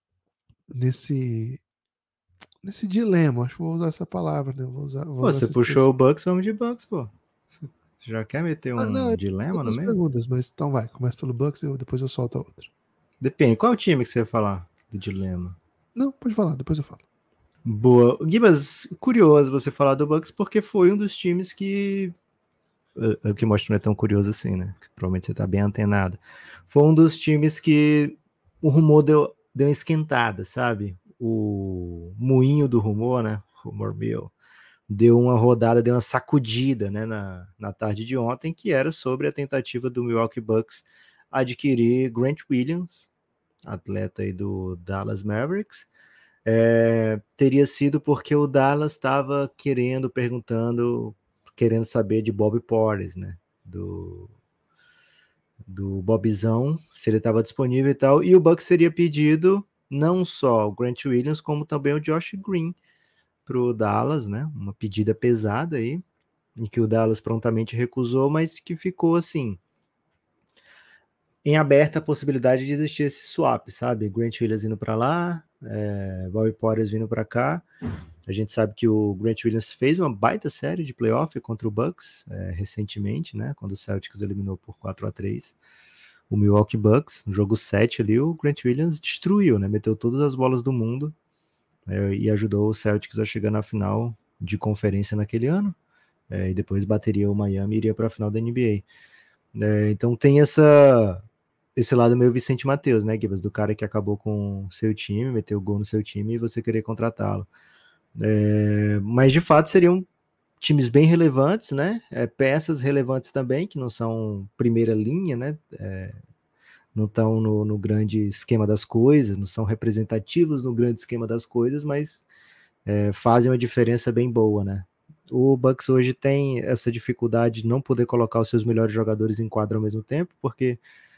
nesse nesse dilema, acho que vou usar essa palavra, né? Vou usar, vou Pô, usar você essa puxou expressão. o Bucks, vamos de Bucks, pô. Você já quer meter Ah, não, um eu tenho dilema no outras meio? perguntas, mas então vai, começa pelo Bucks e eu, depois eu solto a outra. Depende. Qual time que você vai falar do dilema? Não, pode falar, depois eu falo. Boa. Gibas, curioso você falar do Bucks porque foi um dos times que. O que mostra que não é tão curioso assim, né? Porque provavelmente você tá bem antenado. Foi um dos times que o rumor deu, deu uma esquentada, sabe? O moinho do rumor, né? Rumor Mill. Deu uma rodada, deu uma sacudida, né? Na, na tarde de ontem, que era sobre a tentativa do Milwaukee Bucks adquirir Grant Williams, atleta aí do Dallas Mavericks. É, teria sido porque o Dallas estava querendo, perguntando, querendo saber de Bobby Portis, né? Do, do Bobzão, se ele estava disponível e tal, e o Bucks seria pedido não só o Grant Williams, como também o Josh Green pro Dallas, né? Uma pedida pesada aí, em que o Dallas prontamente recusou, mas que ficou assim, em aberta a possibilidade de existir esse swap, sabe? Grant Williams indo para lá, é, Bobby Portis vindo para cá. A gente sabe que o Grant Williams fez uma baita série de playoff contra o Bucks é, recentemente, né? Quando o Celtics eliminou por quatro a três o Milwaukee Bucks. No jogo sete ali, o Grant Williams destruiu, né? Meteu todas as bolas do mundo é, e ajudou o Celtics a chegar na final de conferência naquele ano. É, e depois bateria o Miami e iria para a final da N B A. É, então tem essa... esse lado meio Vicente Matheus, né, Gibas? Do cara que acabou com o seu time, meteu gol no seu time e você querer contratá-lo. É, mas de fato seriam times bem relevantes, né? É, peças relevantes também, que não são primeira linha, né? É, não estão no, no grande esquema das coisas, não são representativos no grande esquema das coisas, mas é, fazem uma diferença bem boa, né? O Bucks hoje tem essa dificuldade de não poder colocar os seus melhores jogadores em quadra ao mesmo tempo, porque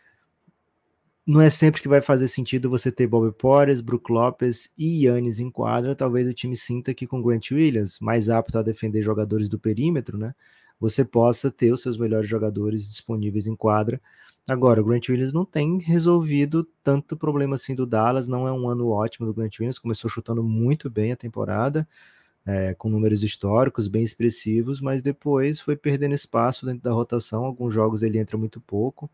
não é sempre que vai fazer sentido você ter Bobby Portis, Brook Lopes e Giannis em quadra. Talvez o time sinta que com Grant Williams, mais apto a defender jogadores do perímetro, né? Você possa ter os seus melhores jogadores disponíveis em quadra. Agora, o Grant Williams não tem resolvido tanto problema assim do Dallas. Não é um ano ótimo do Grant Williams. Começou chutando muito bem a temporada, é, com números históricos bem expressivos, mas depois foi perdendo espaço dentro da rotação. Alguns jogos ele entra muito pouco.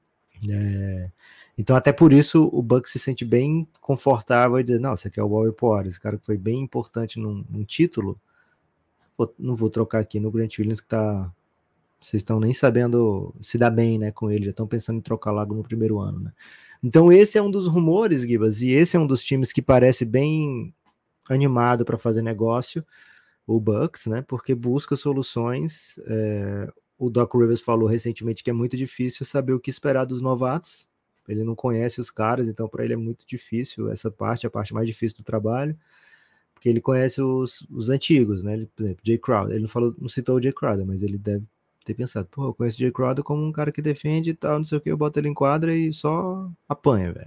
É, então até por isso o Bucks se sente bem confortável e dizer, não, você quer o Bobby Portis, esse cara que foi bem importante num, num título, pô, não vou trocar aqui no Grant Williams que tá, vocês estão nem sabendo se dá bem, né, com ele, já estão pensando em trocar logo no primeiro ano, né. Então esse é um dos rumores, Gibas, e esse é um dos times que parece bem animado para fazer negócio, o Bucks, né, porque busca soluções. é, O Doc Rivers falou recentemente que é muito difícil saber o que esperar dos novatos. Ele não conhece os caras, então para ele é muito difícil essa parte, a parte mais difícil do trabalho, porque ele conhece os, os antigos, né? Ele, por exemplo, Jay Crowder. Ele não falou, não citou o Jay Crowder, mas ele deve ter pensado, pô, eu conheço o Jay Crowder como um cara que defende e tal, não sei o que, eu boto ele em quadra e só apanha, velho.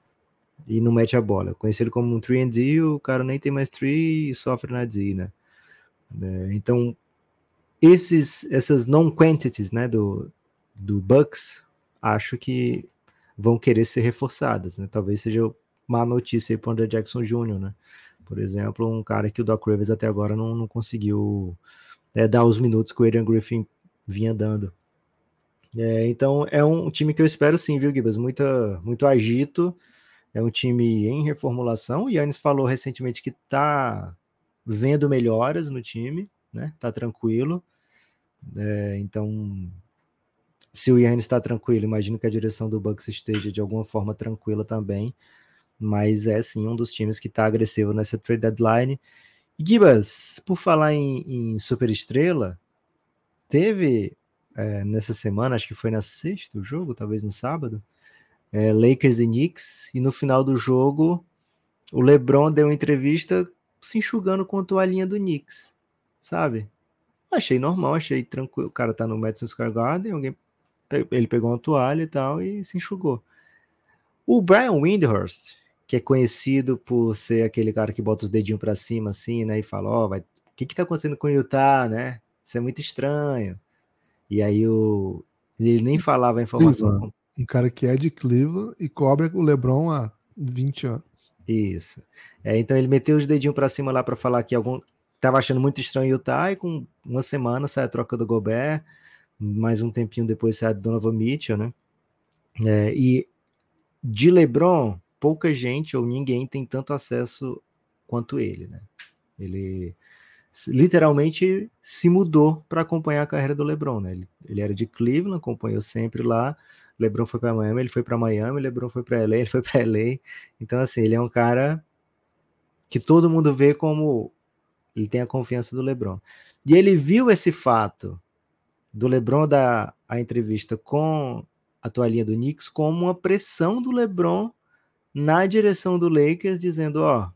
E não mete a bola. Eu conheci ele como um três and D, o cara nem tem mais três e sofre na D, né? É, então esses, essas non-quantities, né, do, do Bucks, acho que vão querer ser reforçadas, né? Talvez seja má notícia aí para o André Jackson Júnior, né? Por exemplo, um cara que o Doc Rivers até agora não, não conseguiu é, dar os minutos que o Adrian Griffin vinha dando. É, então é um time que eu espero sim, viu, Gibas? Muita, muito agito, é um time em reformulação. O Yannis falou recentemente que tá vendo melhoras no time, né? Tá tranquilo. É, então, se o Yannis está tranquilo, imagino que a direção do Bucks esteja de alguma forma tranquila também. Mas é sim um dos times que está agressivo nessa trade deadline. E Gibas, por falar em, em superestrela, teve é, nessa semana, acho que foi na sexta o jogo, talvez no sábado, é, Lakers e Knicks, e no final do jogo o LeBron deu uma entrevista se enxugando com a toalhinha do Knicks, sabe? Achei normal, achei tranquilo. O cara tá no Madison Square Garden, alguém, ele pegou uma toalha e tal e se enxugou. O Brian Windhorst, que é conhecido por ser aquele cara que bota os dedinhos pra cima assim, né, e fala, ó, oh, vai, o que que tá acontecendo com o Utah, né? Isso é muito estranho. E aí o ele nem falava a informação. Cleveland, um cara que é de Cleveland e cobra o LeBron há vinte anos. Isso. É, então ele meteu os dedinhos pra cima lá pra falar que algum tava achando muito estranho o Utah, e com uma semana sai a troca do Gobert, mais um tempinho depois sai a do Donovan Mitchell, né? É, e de LeBron, pouca gente ou ninguém tem tanto acesso quanto ele, né? Ele literalmente se mudou para acompanhar a carreira do LeBron, né? Ele, ele era de Cleveland, acompanhou sempre lá. LeBron foi para Miami, ele foi para Miami, LeBron foi para L A, ele foi para L A. Então assim, ele é um cara que todo mundo vê como ele tem a confiança do LeBron. E ele viu esse fato do LeBron dar a entrevista com a toalhinha do Knicks como uma pressão do LeBron na direção do Lakers, dizendo, ó,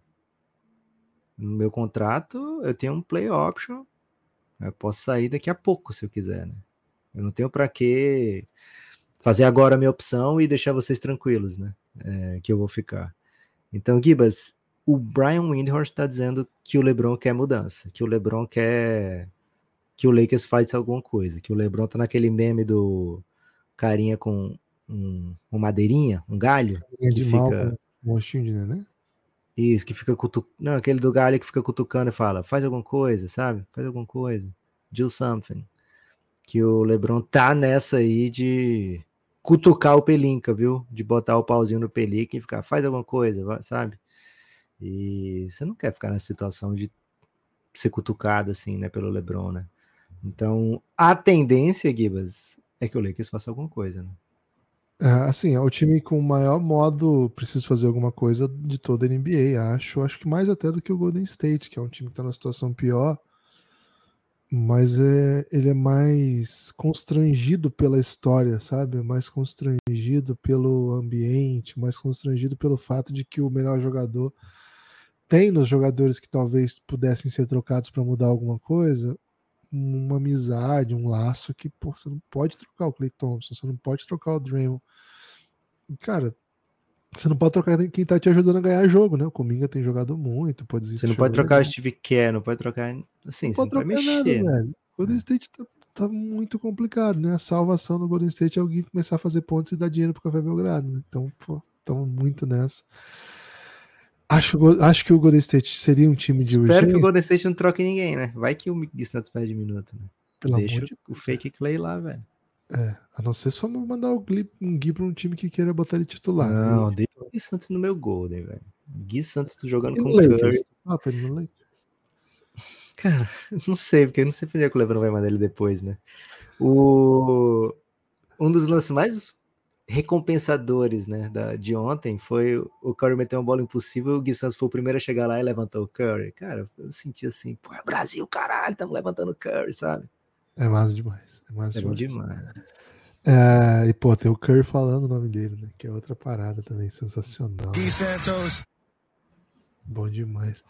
no meu contrato eu tenho um play option, eu posso sair daqui a pouco se eu quiser, né? Eu não tenho para que fazer agora a minha opção e deixar vocês tranquilos, né? É, que eu vou ficar. Então, Gibas, o Brian Windhorst está dizendo que o LeBron quer mudança, que o LeBron quer que o Lakers faça alguma coisa, que o LeBron tá naquele meme do carinha com um, uma madeirinha, um galho, É que de fica... mal com um rostinho de neném? Isso, que fica cutucando... Não, aquele do galho que fica cutucando e fala, faz alguma coisa, sabe? Faz alguma coisa. Do something. Que o LeBron tá nessa aí de cutucar o Pelinka, viu? De botar o pauzinho no Pelinka e ficar, faz alguma coisa, sabe? E você não quer ficar nessa situação de ser cutucado assim, né, pelo LeBron, né? Então, a tendência, Gibas, é que o Lakers faça alguma coisa, né? É, assim, é o time com o maior modo preciso fazer alguma coisa de toda a N B A, acho. Acho que mais até do que o Golden State, que é um time que tá numa situação pior, mas é, ele é mais constrangido pela história, sabe? Mais constrangido pelo ambiente, mais constrangido pelo fato de que o melhor jogador tem nos jogadores que talvez pudessem ser trocados para mudar alguma coisa, uma amizade, um laço que, pô, você não pode trocar o Klay Thompson, você não pode trocar o Draymond. Cara, você não pode trocar quem tá te ajudando a ganhar jogo, né? O Kuminga tem jogado muito, pode Você não pode trocar legal. O Steve Kerr, não pode trocar... Assim, não você pode não trocar pode nada, mexer, né? velho. O Golden State tá, tá muito complicado, né? A salvação do Golden State é alguém começar a fazer pontos e dar dinheiro pro Café Belgrado, né? Então, pô, estamos muito nessa. Acho, acho que o Golden State seria um time de Espero urgência. Espero que o Golden State não troque ninguém, né? Vai que o Gui Santos perde minuto, né? Pelo Deixa amor de o Deus, fake Clay lá, velho. É, a não ser se for mandar o Gui, um Gui pra um time que queira botar ele titular. Não, né? deixa o Gui Santos no meu Golden, velho. Gui Santos jogando com o Lakers? Curry. Ah, pra ele no Lakers? Cara, não sei, porque eu não sei onde é que o LeBron vai mandar ele depois, né? O... Um dos lances mais recompensadores, né, da, de ontem foi o Curry meter uma bola impossível e o Gui Santos foi o primeiro a chegar lá e levantou o Curry. Cara, eu senti assim, pô, é Brasil, caralho, estamos levantando o Curry, sabe? É massa demais. É massa é demais. bom demais. É, e, pô, tem o Curry falando o nome dele, né? Que é outra parada também, sensacional. Gui Santos. Bom demais.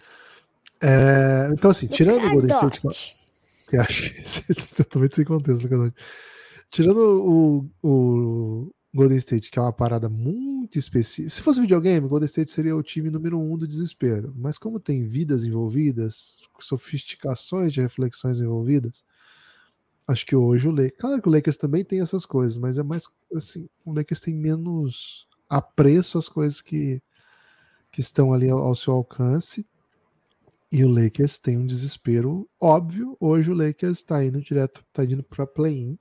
É, então, assim, tirando o Golden State... Que eu acho totalmente sem contexto, Lucas. Tirando o, o Golden State, que é uma parada muito específica. Se fosse videogame, o Golden State seria o time número um do desespero. Mas como tem vidas envolvidas, sofisticações de reflexões envolvidas, acho que hoje o Lakers... Claro que o Lakers também tem essas coisas, mas é mais assim, o Lakers tem menos apreço às coisas que, que estão ali ao, ao seu alcance. E o Lakers tem um desespero óbvio. Hoje o Lakers está indo direto, está indo para play-in.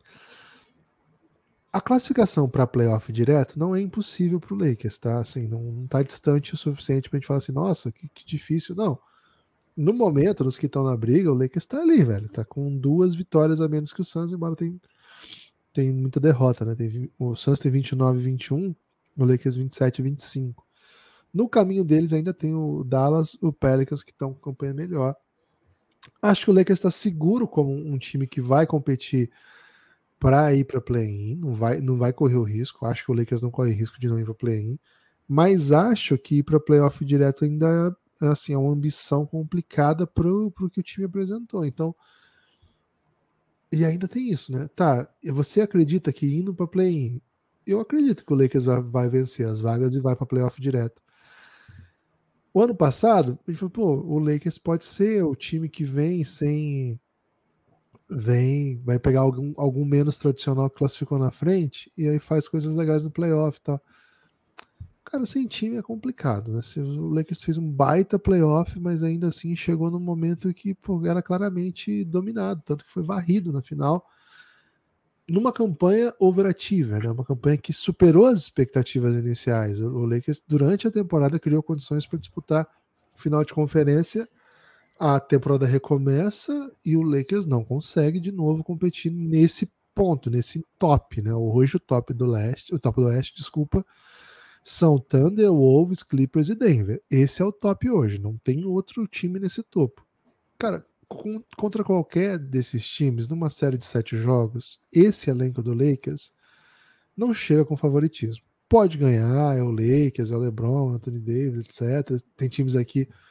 A classificação para playoff direto não é impossível para o Lakers, tá? Assim, não está distante o suficiente para a gente falar assim, nossa, que, que difícil. Não. No momento, nos que estão na briga, o Lakers está ali, velho. Tá com duas vitórias a menos que o Suns, embora tem, tem muita derrota, né? Tem, o Suns tem vinte e nove a vinte e um, o Lakers vinte e sete a vinte e cinco. No caminho deles ainda tem o Dallas, o Pelicans, que estão com campanha melhor. Acho que o Lakers está seguro como um time que vai competir para ir para play-in, não vai, não vai correr o risco. Acho que o Lakers não corre risco de não ir para play-in, mas acho que ir para playoff direto ainda é, assim, é uma ambição complicada para o que o time apresentou. Então, e ainda tem isso, né? Tá, você acredita que indo para play-in, eu acredito que o Lakers vai, vai vencer as vagas e vai para playoff direto. O ano passado, a gente falou, pô, o Lakers pode ser o time que vem sem... Vem, vai pegar algum, algum menos tradicional que classificou na frente e aí faz coisas legais no playoff e tal. Cara, sem time é complicado, né? O Lakers fez um baita playoff, mas ainda assim chegou num momento que pô, era claramente dominado, tanto que foi varrido na final. Numa campanha overachiever, né? Uma campanha que superou as expectativas iniciais. O Lakers, durante a temporada, criou condições para disputar o final de conferência. A temporada recomeça e o Lakers não consegue de novo competir nesse ponto, nesse top, né? Hoje o top do leste, o top do oeste, desculpa, são Thunder, Wolves, Clippers e Denver. Esse é o top hoje, não tem outro time nesse topo. Cara, com, contra qualquer desses times, numa série de sete jogos, esse elenco do Lakers não chega com favoritismo. Pode ganhar, é o Lakers, é o LeBron, Anthony Davis, etcétera. Tem times aqui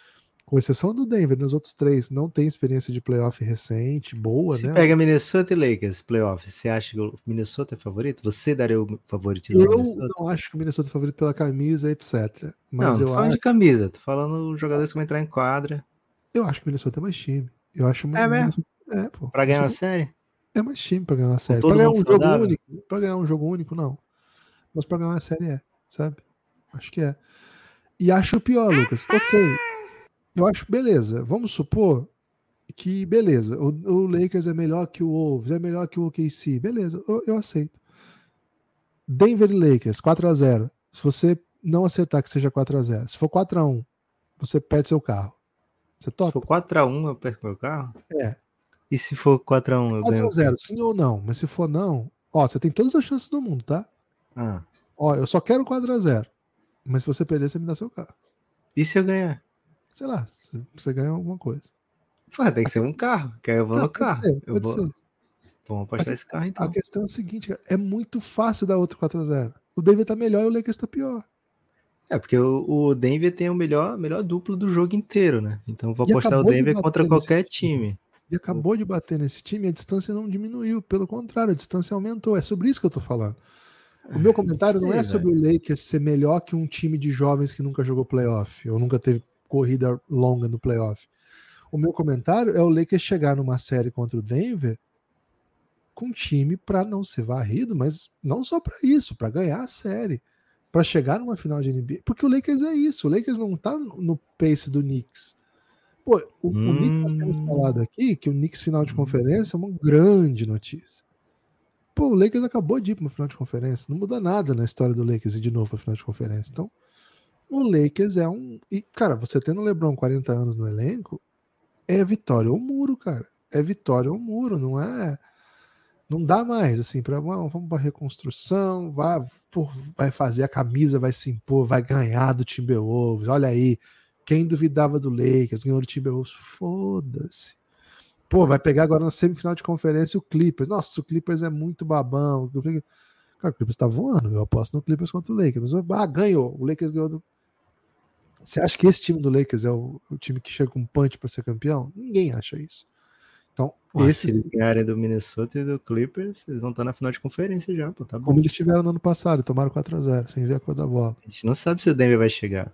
Com exceção do Denver, nos outros três não tem experiência de playoff recente, boa, Se né? pega Minnesota e Lakers, playoff, você acha que o Minnesota é favorito? Você daria o favorito do Eu Minnesota? não acho que o Minnesota é favorito pela camisa, etcétera. Mas não, não eu tô falando acho... de camisa, tô falando dos jogadores que vão entrar em quadra. Eu acho que o Minnesota é mais time. Eu acho É mesmo? Minnesota... É, pô. Pra ganhar uma Minnesota série? é mais time pra ganhar uma Com série. todo Pra ganhar mundo um jogo saudável? único, pra ganhar um jogo único, não. Mas pra ganhar uma série é, sabe? Acho que é. E acho pior, Lucas. Ok. Eu acho, beleza. Vamos supor que, beleza, o, o Lakers é melhor que o Wolves, é melhor que o O K C. Beleza, eu, eu aceito. Denver e Lakers, quatro a zero. Se você não acertar que seja quatro a zero, se for quatro a um, você perde seu carro. Você topa? Se for quatro a um, eu perco meu carro? É. E se for quatro a um, eu ganho? quatro a zero, sim ou não? Mas se for não, ó, você tem todas as chances do mundo, tá? Ah. Ó, eu só quero quatro a zero. Mas se você perder, você me dá seu carro. E se eu ganhar? Sei lá, você ganha alguma coisa. Pô, tem que ser um carro, que aí eu vou Não, no pode carro. ser, eu pode vou... ser. Vamos apostar esse carro então. A questão é a seguinte, cara, é muito fácil dar outro quatro a zero. O Denver tá melhor e o Lakers tá pior. É, porque o, o Denver tem o melhor, melhor duplo do jogo inteiro, né? Então eu vou E apostar o acabou de Denver bater contra nesse qualquer time. time. E acabou de bater nesse time e a distância não diminuiu. Pelo contrário, a distância aumentou. É sobre isso que eu tô falando. O meu comentário não é sobre o Lakers ser melhor que um time de jovens que nunca jogou playoff ou nunca teve corrida longa no playoff. O meu comentário é o Lakers chegar numa série contra o Denver com time para não ser varrido, mas não só para isso, para ganhar a série, para chegar numa final de N B A. Porque o Lakers é isso, o Lakers não tá no pace do Knicks. Pô, o, hum. o Knicks nós temos falado aqui que o Knicks final de conferência é uma grande notícia. Pô, o Lakers acabou de ir para uma final de conferência, não muda nada na história do Lakers ir de novo para final de conferência. Então, o Lakers é um... E, cara, você tendo o LeBron quarenta anos no elenco, é vitória ou muro, cara. É vitória ou muro, não é... Não dá mais, assim, para vamos para reconstrução, vai, pô, vai fazer a camisa, vai se impor, vai ganhar do Timberwolves. Olha aí, quem duvidava do Lakers, ganhou do Timberwolves, foda-se. Pô, vai pegar agora na semifinal de conferência o Clippers. Nossa, o Clippers é muito babão. Cara, o Clippers tá voando, eu aposto no Clippers contra o Lakers. Mas, ah, ganhou, o Lakers ganhou do... Você acha que esse time do Lakers é o, o time que chega com punch para ser campeão? Ninguém acha isso. Então, pô, esse... se eles ganharem do Minnesota e do Clippers, eles vão estar na final de conferência já, pô, tá bom. Como eles tiveram no ano passado, tomaram quatro a zero, sem ver a cor da bola. A gente não sabe se o Denver vai chegar.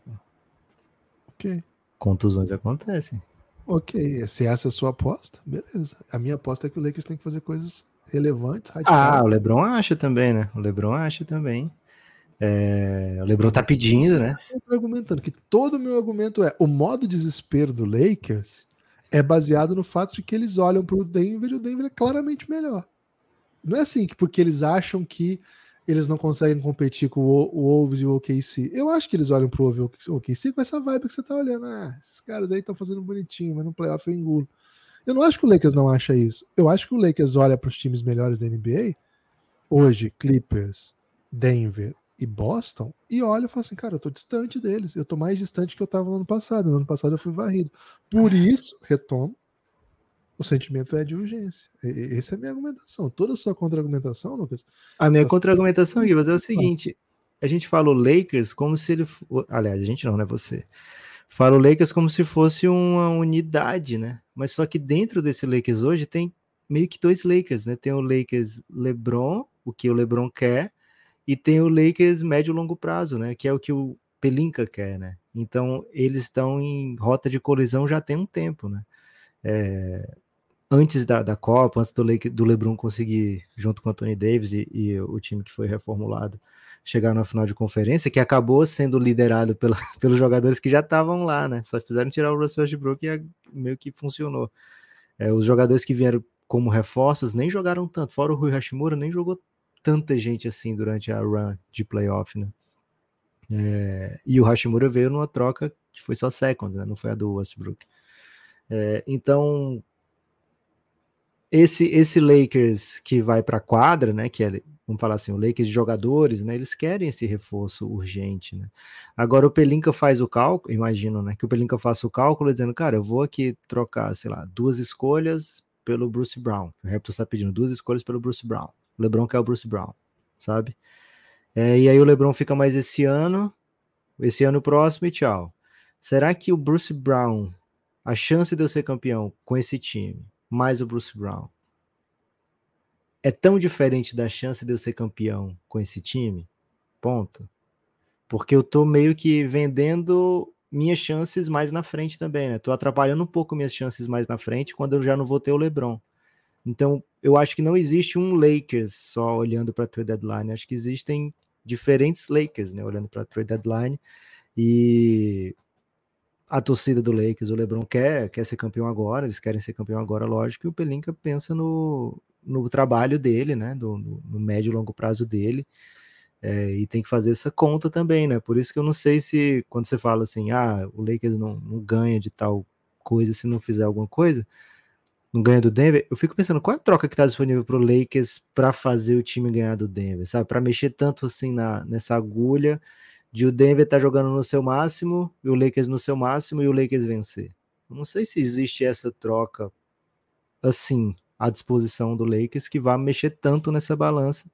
Ok. Contusões acontecem. Ok, se essa é a sua aposta, beleza. A minha aposta é que o Lakers tem que fazer coisas relevantes, radicais. Ah, o né? LeBron acha também, né? O LeBron acha também. É... O LeBron tá pedindo, né? Eu tô argumentando que todo o meu argumento é o modo desespero do Lakers é baseado no fato de que eles olham para o Denver e o Denver é claramente melhor. Não é assim que porque eles acham que eles não conseguem competir com o, o Wolves e o O K C. Eu acho que eles olham pro Wolves e o O K C com essa vibe que você tá olhando. Ah, esses caras aí estão fazendo bonitinho, mas no playoff eu engulo. Eu não acho que o Lakers não acha isso. Eu acho que o Lakers olha para os times melhores da N B A, hoje, Clippers, Denver e Boston, e olha e fala assim, cara, eu tô distante deles. Eu tô mais distante que eu tava no ano passado. No ano passado eu fui varrido. Por isso, retomo, o sentimento é de urgência. Essa é a minha argumentação. Toda a sua contra-argumentação, Lucas... A minha contra-argumentação aqui, mas é o seguinte, a gente fala o Lakers como se ele... Aliás, a gente não, né? Você. Fala o Lakers como se fosse uma unidade, né? Mas só que dentro desse Lakers hoje tem meio que dois Lakers, né? Tem o Lakers LeBron, o que o LeBron quer, e tem o Lakers médio e longo prazo, né? Que é o que o Pelinka quer, né? Então, eles estão em rota de colisão já tem um tempo, né? É... Antes da, da Copa, antes do, Le, do LeBron conseguir, junto com o Anthony Davis e, e o time que foi reformulado, chegar na final de conferência, que acabou sendo liderado pela, pelos jogadores que já estavam lá, né? Só fizeram tirar o Russell Westbrook e meio que funcionou. É, os jogadores que vieram como reforços nem jogaram tanto, fora o Rui Hashimura, nem jogou tanta gente assim durante a run de playoff, né? É, e o Hashimura veio numa troca que foi só second, né? Não foi a do Westbrook. É, então... Esse, esse Lakers que vai para a quadra, né, que é, vamos falar assim, o Lakers de jogadores, né, eles querem esse reforço urgente, né. Agora o Pelinka faz o cálculo, imagino, né, que o Pelinka faça o cálculo dizendo, cara, eu vou aqui trocar, sei lá, duas escolhas pelo Bruce Brown. O Raptors está pedindo duas escolhas pelo Bruce Brown. O LeBron quer o Bruce Brown, sabe? É, e aí o LeBron fica mais esse ano, esse ano próximo e tchau. Será que o Bruce Brown a chance de eu ser campeão com esse time, mais o Bruce Brown, é tão diferente da chance de eu ser campeão com esse time? Ponto. Porque eu tô meio que vendendo minhas chances mais na frente também, né? Tô atrapalhando um pouco minhas chances mais na frente quando eu já não vou ter o LeBron. Então, eu acho que não existe um Lakers só olhando para a trade deadline. Acho que existem diferentes Lakers, né? Olhando para a trade deadline. E a torcida do Lakers, o LeBron quer, quer ser campeão agora, eles querem ser campeão agora, lógico, e o Pelinka pensa no, no trabalho dele, né? Do, no, no médio e longo prazo dele. É, e tem que fazer essa conta também, né? Por isso que eu não sei se, quando você fala assim, ah, o Lakers não, não ganha de tal coisa se não fizer alguma coisa, não ganha do Denver, eu fico pensando, qual é a troca que está disponível para o Lakers para fazer o time ganhar do Denver, sabe? Para mexer tanto assim na, nessa agulha de o Denver estar tá jogando no seu máximo e o Lakers no seu máximo e o Lakers vencer. Eu não sei se existe essa troca assim à disposição do Lakers que vá mexer tanto nessa balança.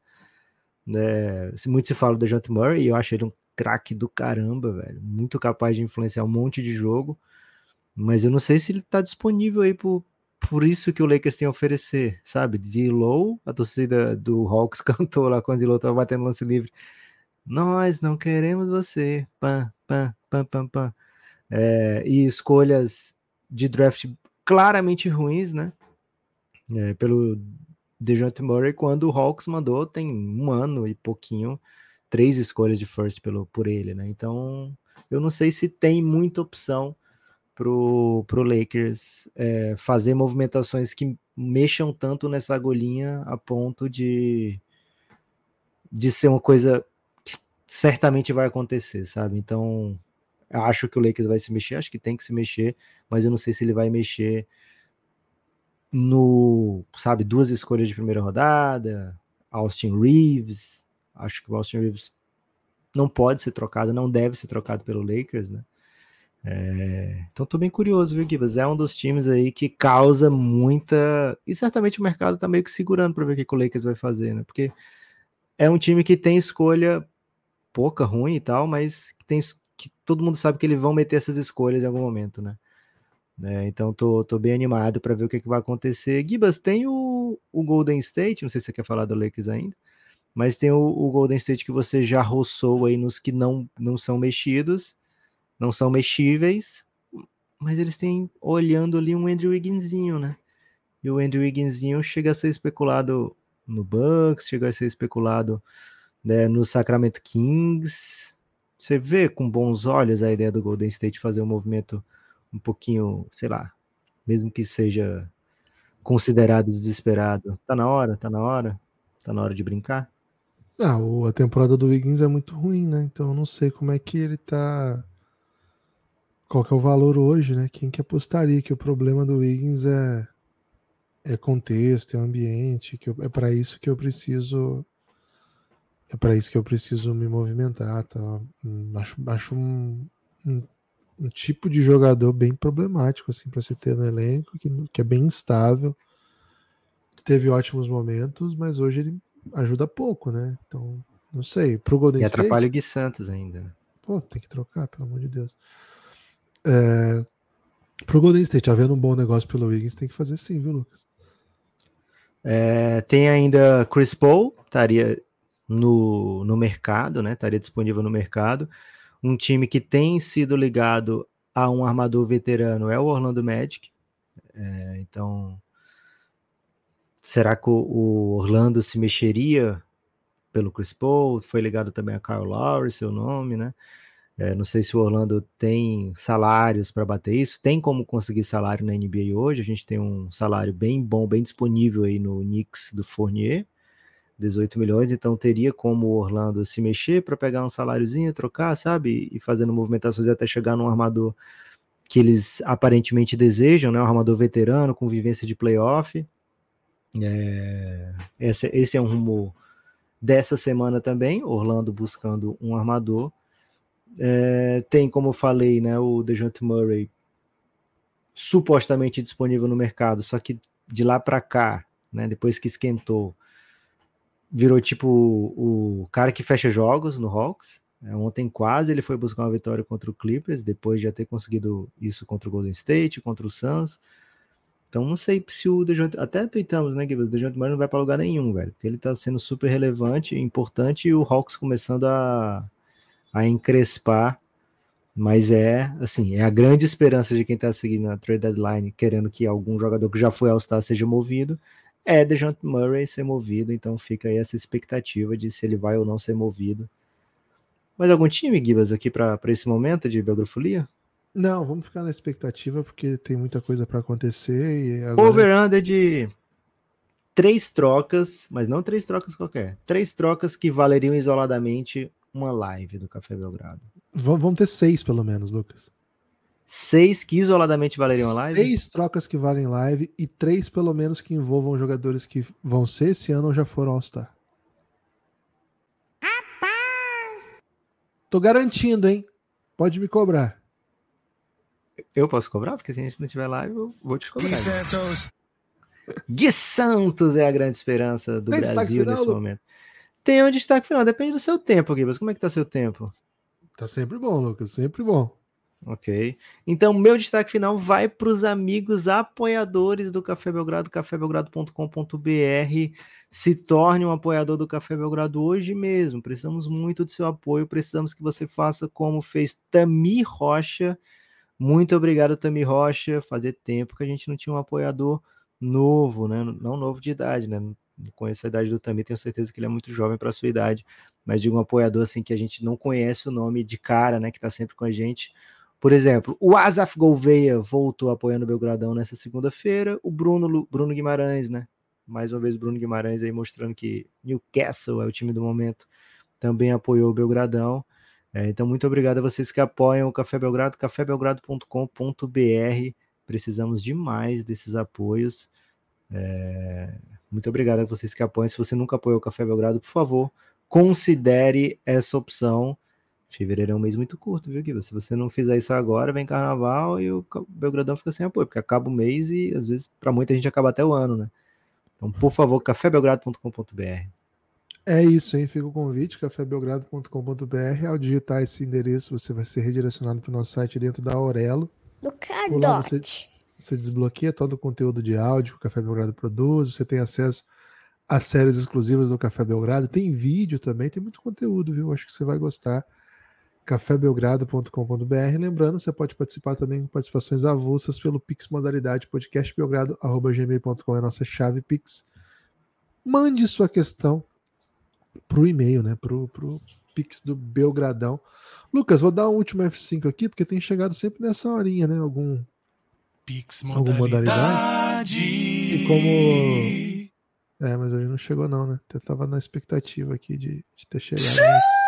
É, muito se fala do DeJounte Murray, e eu acho ele um craque do caramba, velho, muito capaz de influenciar um monte de jogo, mas eu não sei se ele tá disponível aí por, por isso que o Lakers tem a oferecer, sabe? D-Low, a torcida do Hawks cantou lá quando o D-Low tava batendo lance livre, nós não queremos você, pam, pam, pam, pam, pam. É, e escolhas de draft claramente ruins, né? É, pelo DeJounte Murray, quando o Hawks mandou, tem um ano e pouquinho, três escolhas de first pelo, por ele, né? Então, eu não sei se tem muita opção pro, pro Lakers é, fazer movimentações que mexam tanto nessa agulhinha a ponto de, de ser uma coisa que certamente vai acontecer, sabe? Então, eu acho que o Lakers vai se mexer, acho que tem que se mexer, mas eu não sei se ele vai mexer no, sabe, duas escolhas de primeira rodada, Austin Reeves, acho que o Austin Reeves não pode ser trocado, não deve ser trocado pelo Lakers, né? É, então tô bem curioso, viu, Gibas? É um dos times aí que causa muita... E certamente o mercado tá meio que segurando para ver o que, que o Lakers vai fazer, né? Porque é um time que tem escolha pouca, ruim e tal, mas que, tem, que todo mundo sabe que eles vão meter essas escolhas em algum momento, né? É, então tô, tô bem animado para ver o que, que vai acontecer. Gibas, tem o, o Golden State, não sei se você quer falar do Lakers ainda, mas tem o, o Golden State que você já roçou aí nos que não, não são mexidos, não são mexíveis, mas eles têm olhando ali um Andrew Wigginsinho, né? E o Andrew Wigginsinho chega a ser especulado no Bucks, chega a ser especulado, né, no Sacramento Kings. Você vê com bons olhos a ideia do Golden State fazer um movimento um pouquinho, sei lá, mesmo que seja considerado desesperado. Tá na hora, tá na hora, tá na hora de brincar? Ah, a temporada do Wiggins é muito ruim, né? Então eu não sei como é que ele tá. Qual que é o valor hoje, né? Quem que apostaria que o problema do Wiggins é, é contexto, é ambiente, que eu, é para isso que eu preciso. É para isso que eu preciso me movimentar, tá? Hum, acho, acho um, um um tipo de jogador bem problemático assim para se ter no elenco, que, que é bem instável, teve ótimos momentos, mas hoje ele ajuda pouco, né? Então, não sei, pro Golden E State... atrapalha o Gui Santos ainda, né? Pô, tem que trocar, pelo amor de Deus. É, pro Golden State, havendo um bom negócio pelo Wiggins, tem que fazer sim, viu, Lucas? É, tem ainda Chris Paul, estaria no, no mercado, né? Estaria disponível no mercado. Um time que tem sido ligado a um armador veterano é o Orlando Magic. É, então, será que o Orlando se mexeria pelo Chris Paul? Foi ligado também a Kyle Lowry, seu nome, né? É, não sei se o Orlando tem salários para bater isso. Tem como conseguir salário na N B A hoje. A gente tem um salário bem bom, bem disponível aí no Knicks do Fournier, dezoito milhões. Então teria como o Orlando se mexer para pegar um saláriozinho, trocar, sabe? E fazendo movimentações até chegar num armador que eles aparentemente desejam, né? Um armador veterano com vivência de playoff. É, esse, esse é um rumor dessa semana também. Orlando buscando um armador. É, tem, como eu falei, né, o DeJounte Murray supostamente disponível no mercado, só que de lá para cá, né, depois que esquentou, virou tipo o, o cara que fecha jogos no Hawks, Ontem quase ele foi buscar uma vitória contra o Clippers, depois de já ter conseguido isso contra o Golden State, contra o Suns. Então não sei se o DeJounte... Até tweetamos, né, que o DeJounte Murray não vai para lugar nenhum, velho. Porque ele tá sendo super relevante, importante, e o Hawks começando a, a encrespar. Mas é, assim, é a grande esperança de quem tá seguindo a trade deadline, querendo que algum jogador que já foi All-Star seja movido, é DeJounte Murray ser movido. Então fica aí essa expectativa de se ele vai ou não ser movido. Mais algum time, Gibas, aqui para esse momento de biografolia? Não, vamos ficar na expectativa, porque tem muita coisa para acontecer. E agora... Over-under de três trocas, mas não três trocas qualquer. Três trocas que valeriam isoladamente uma live do Café Belgrado. V- vamos ter seis, pelo menos, Lucas. Seis que isoladamente valeriam uma live? Seis trocas que valem live e três, pelo menos, que envolvam jogadores que vão ser esse ano ou já foram All-Star. Tô garantindo, hein? Pode me cobrar. Eu posso cobrar? Porque se a gente não tiver live, eu vou te cobrar. Gui Santos. Gui Santos é a grande esperança do Tem Brasil final, nesse Lu? momento. Tem um destaque final, depende do seu tempo, Gui. Mas como é que tá seu tempo? Tá sempre bom, Lucas, sempre bom. Ok. Então, meu destaque final vai para os amigos apoiadores do Café Belgrado, café belgrado ponto com ponto b r. Se torne um apoiador do Café Belgrado hoje mesmo. Precisamos muito do seu apoio. Precisamos que você faça como fez Tami Rocha. Muito obrigado, Tami Rocha. Fazia tempo que a gente não tinha um apoiador novo, né? Não novo de idade, né? Não conheço a idade do Tami, tenho certeza que ele é muito jovem para a sua idade. Mas de um apoiador assim que a gente não conhece o nome de cara, né? Que está sempre com a gente. Por exemplo, o Asaf Gouveia voltou apoiando o Belgradão nessa segunda-feira. O Bruno, Bruno Guimarães, né? Mais uma vez, Bruno Guimarães aí mostrando que Newcastle é o time do momento. Também apoiou o Belgradão. É, então, muito obrigado a vocês que apoiam o Café Belgrado, café belgrado ponto com ponto b r. Precisamos demais desses apoios. É, muito obrigado a vocês que apoiam. Se você nunca apoiou o Café Belgrado, por favor, considere essa opção. Fevereiro é um mês muito curto, viu, Gui? Se você não fizer isso agora, vem carnaval e o Belgradão fica sem apoio, porque acaba o mês e, às vezes, para muita gente acaba até o ano, né? Então, por favor, café belgrado ponto com ponto b r. É isso, hein? Fica o convite, café belgrado ponto com ponto b r. Ao digitar esse endereço, você vai ser redirecionado para o nosso site dentro da Aurelo. Por lá você, você desbloqueia todo o conteúdo de áudio que o Café Belgrado produz, você tem acesso às séries exclusivas do Café Belgrado, tem vídeo também, tem muito conteúdo, viu? Acho que você vai gostar. café belgrado ponto com ponto b r. Lembrando, você pode participar também com participações avulsas pelo Pix modalidade podcast belgrado arroba gmail ponto com, é a nossa chave Pix. Mande sua questão pro e-mail, né? Pro, pro Pix do Belgradão. Lucas, vou dar um último F cinco aqui, porque tem chegado sempre nessa horinha, né? Algum Pix alguma modalidade. E como... É, mas hoje não chegou não, né? Eu tava na expectativa aqui de, de ter chegado nesse.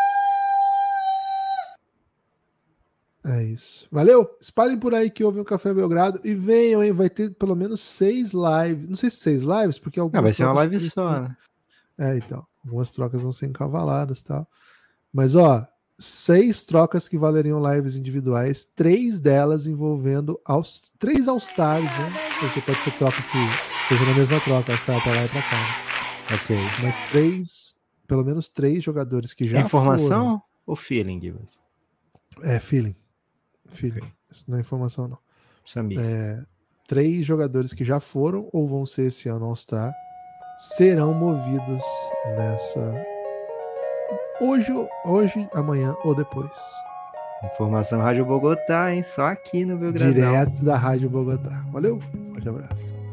É isso. Valeu? Espalhem por aí que ouvem o Café Belgrado e venham, hein? Vai ter pelo menos seis lives. Não sei se seis lives, porque algumas. Não, vai ser uma live ser... só, né? É, então. Algumas trocas vão ser encavaladas e tal. Mas, ó, seis trocas que valeriam lives individuais, três delas envolvendo aos... três All-Stars, né? Porque pode ser troca que esteja na mesma troca, All-Star pra lá e pra cá. Né? Ok. Mas três, pelo menos três jogadores que já Informação foram... ou feeling, Gibas? É, feeling. Feeling. Okay. Isso não é informação, não. Samir. É, três jogadores que já foram ou vão ser esse ano All-Star serão movidos nessa... Hoje, hoje, amanhã ou depois. Informação Rádio Bogotá, hein? Só aqui no Belgradão. Direto da Rádio Bogotá. Valeu, forte abraço.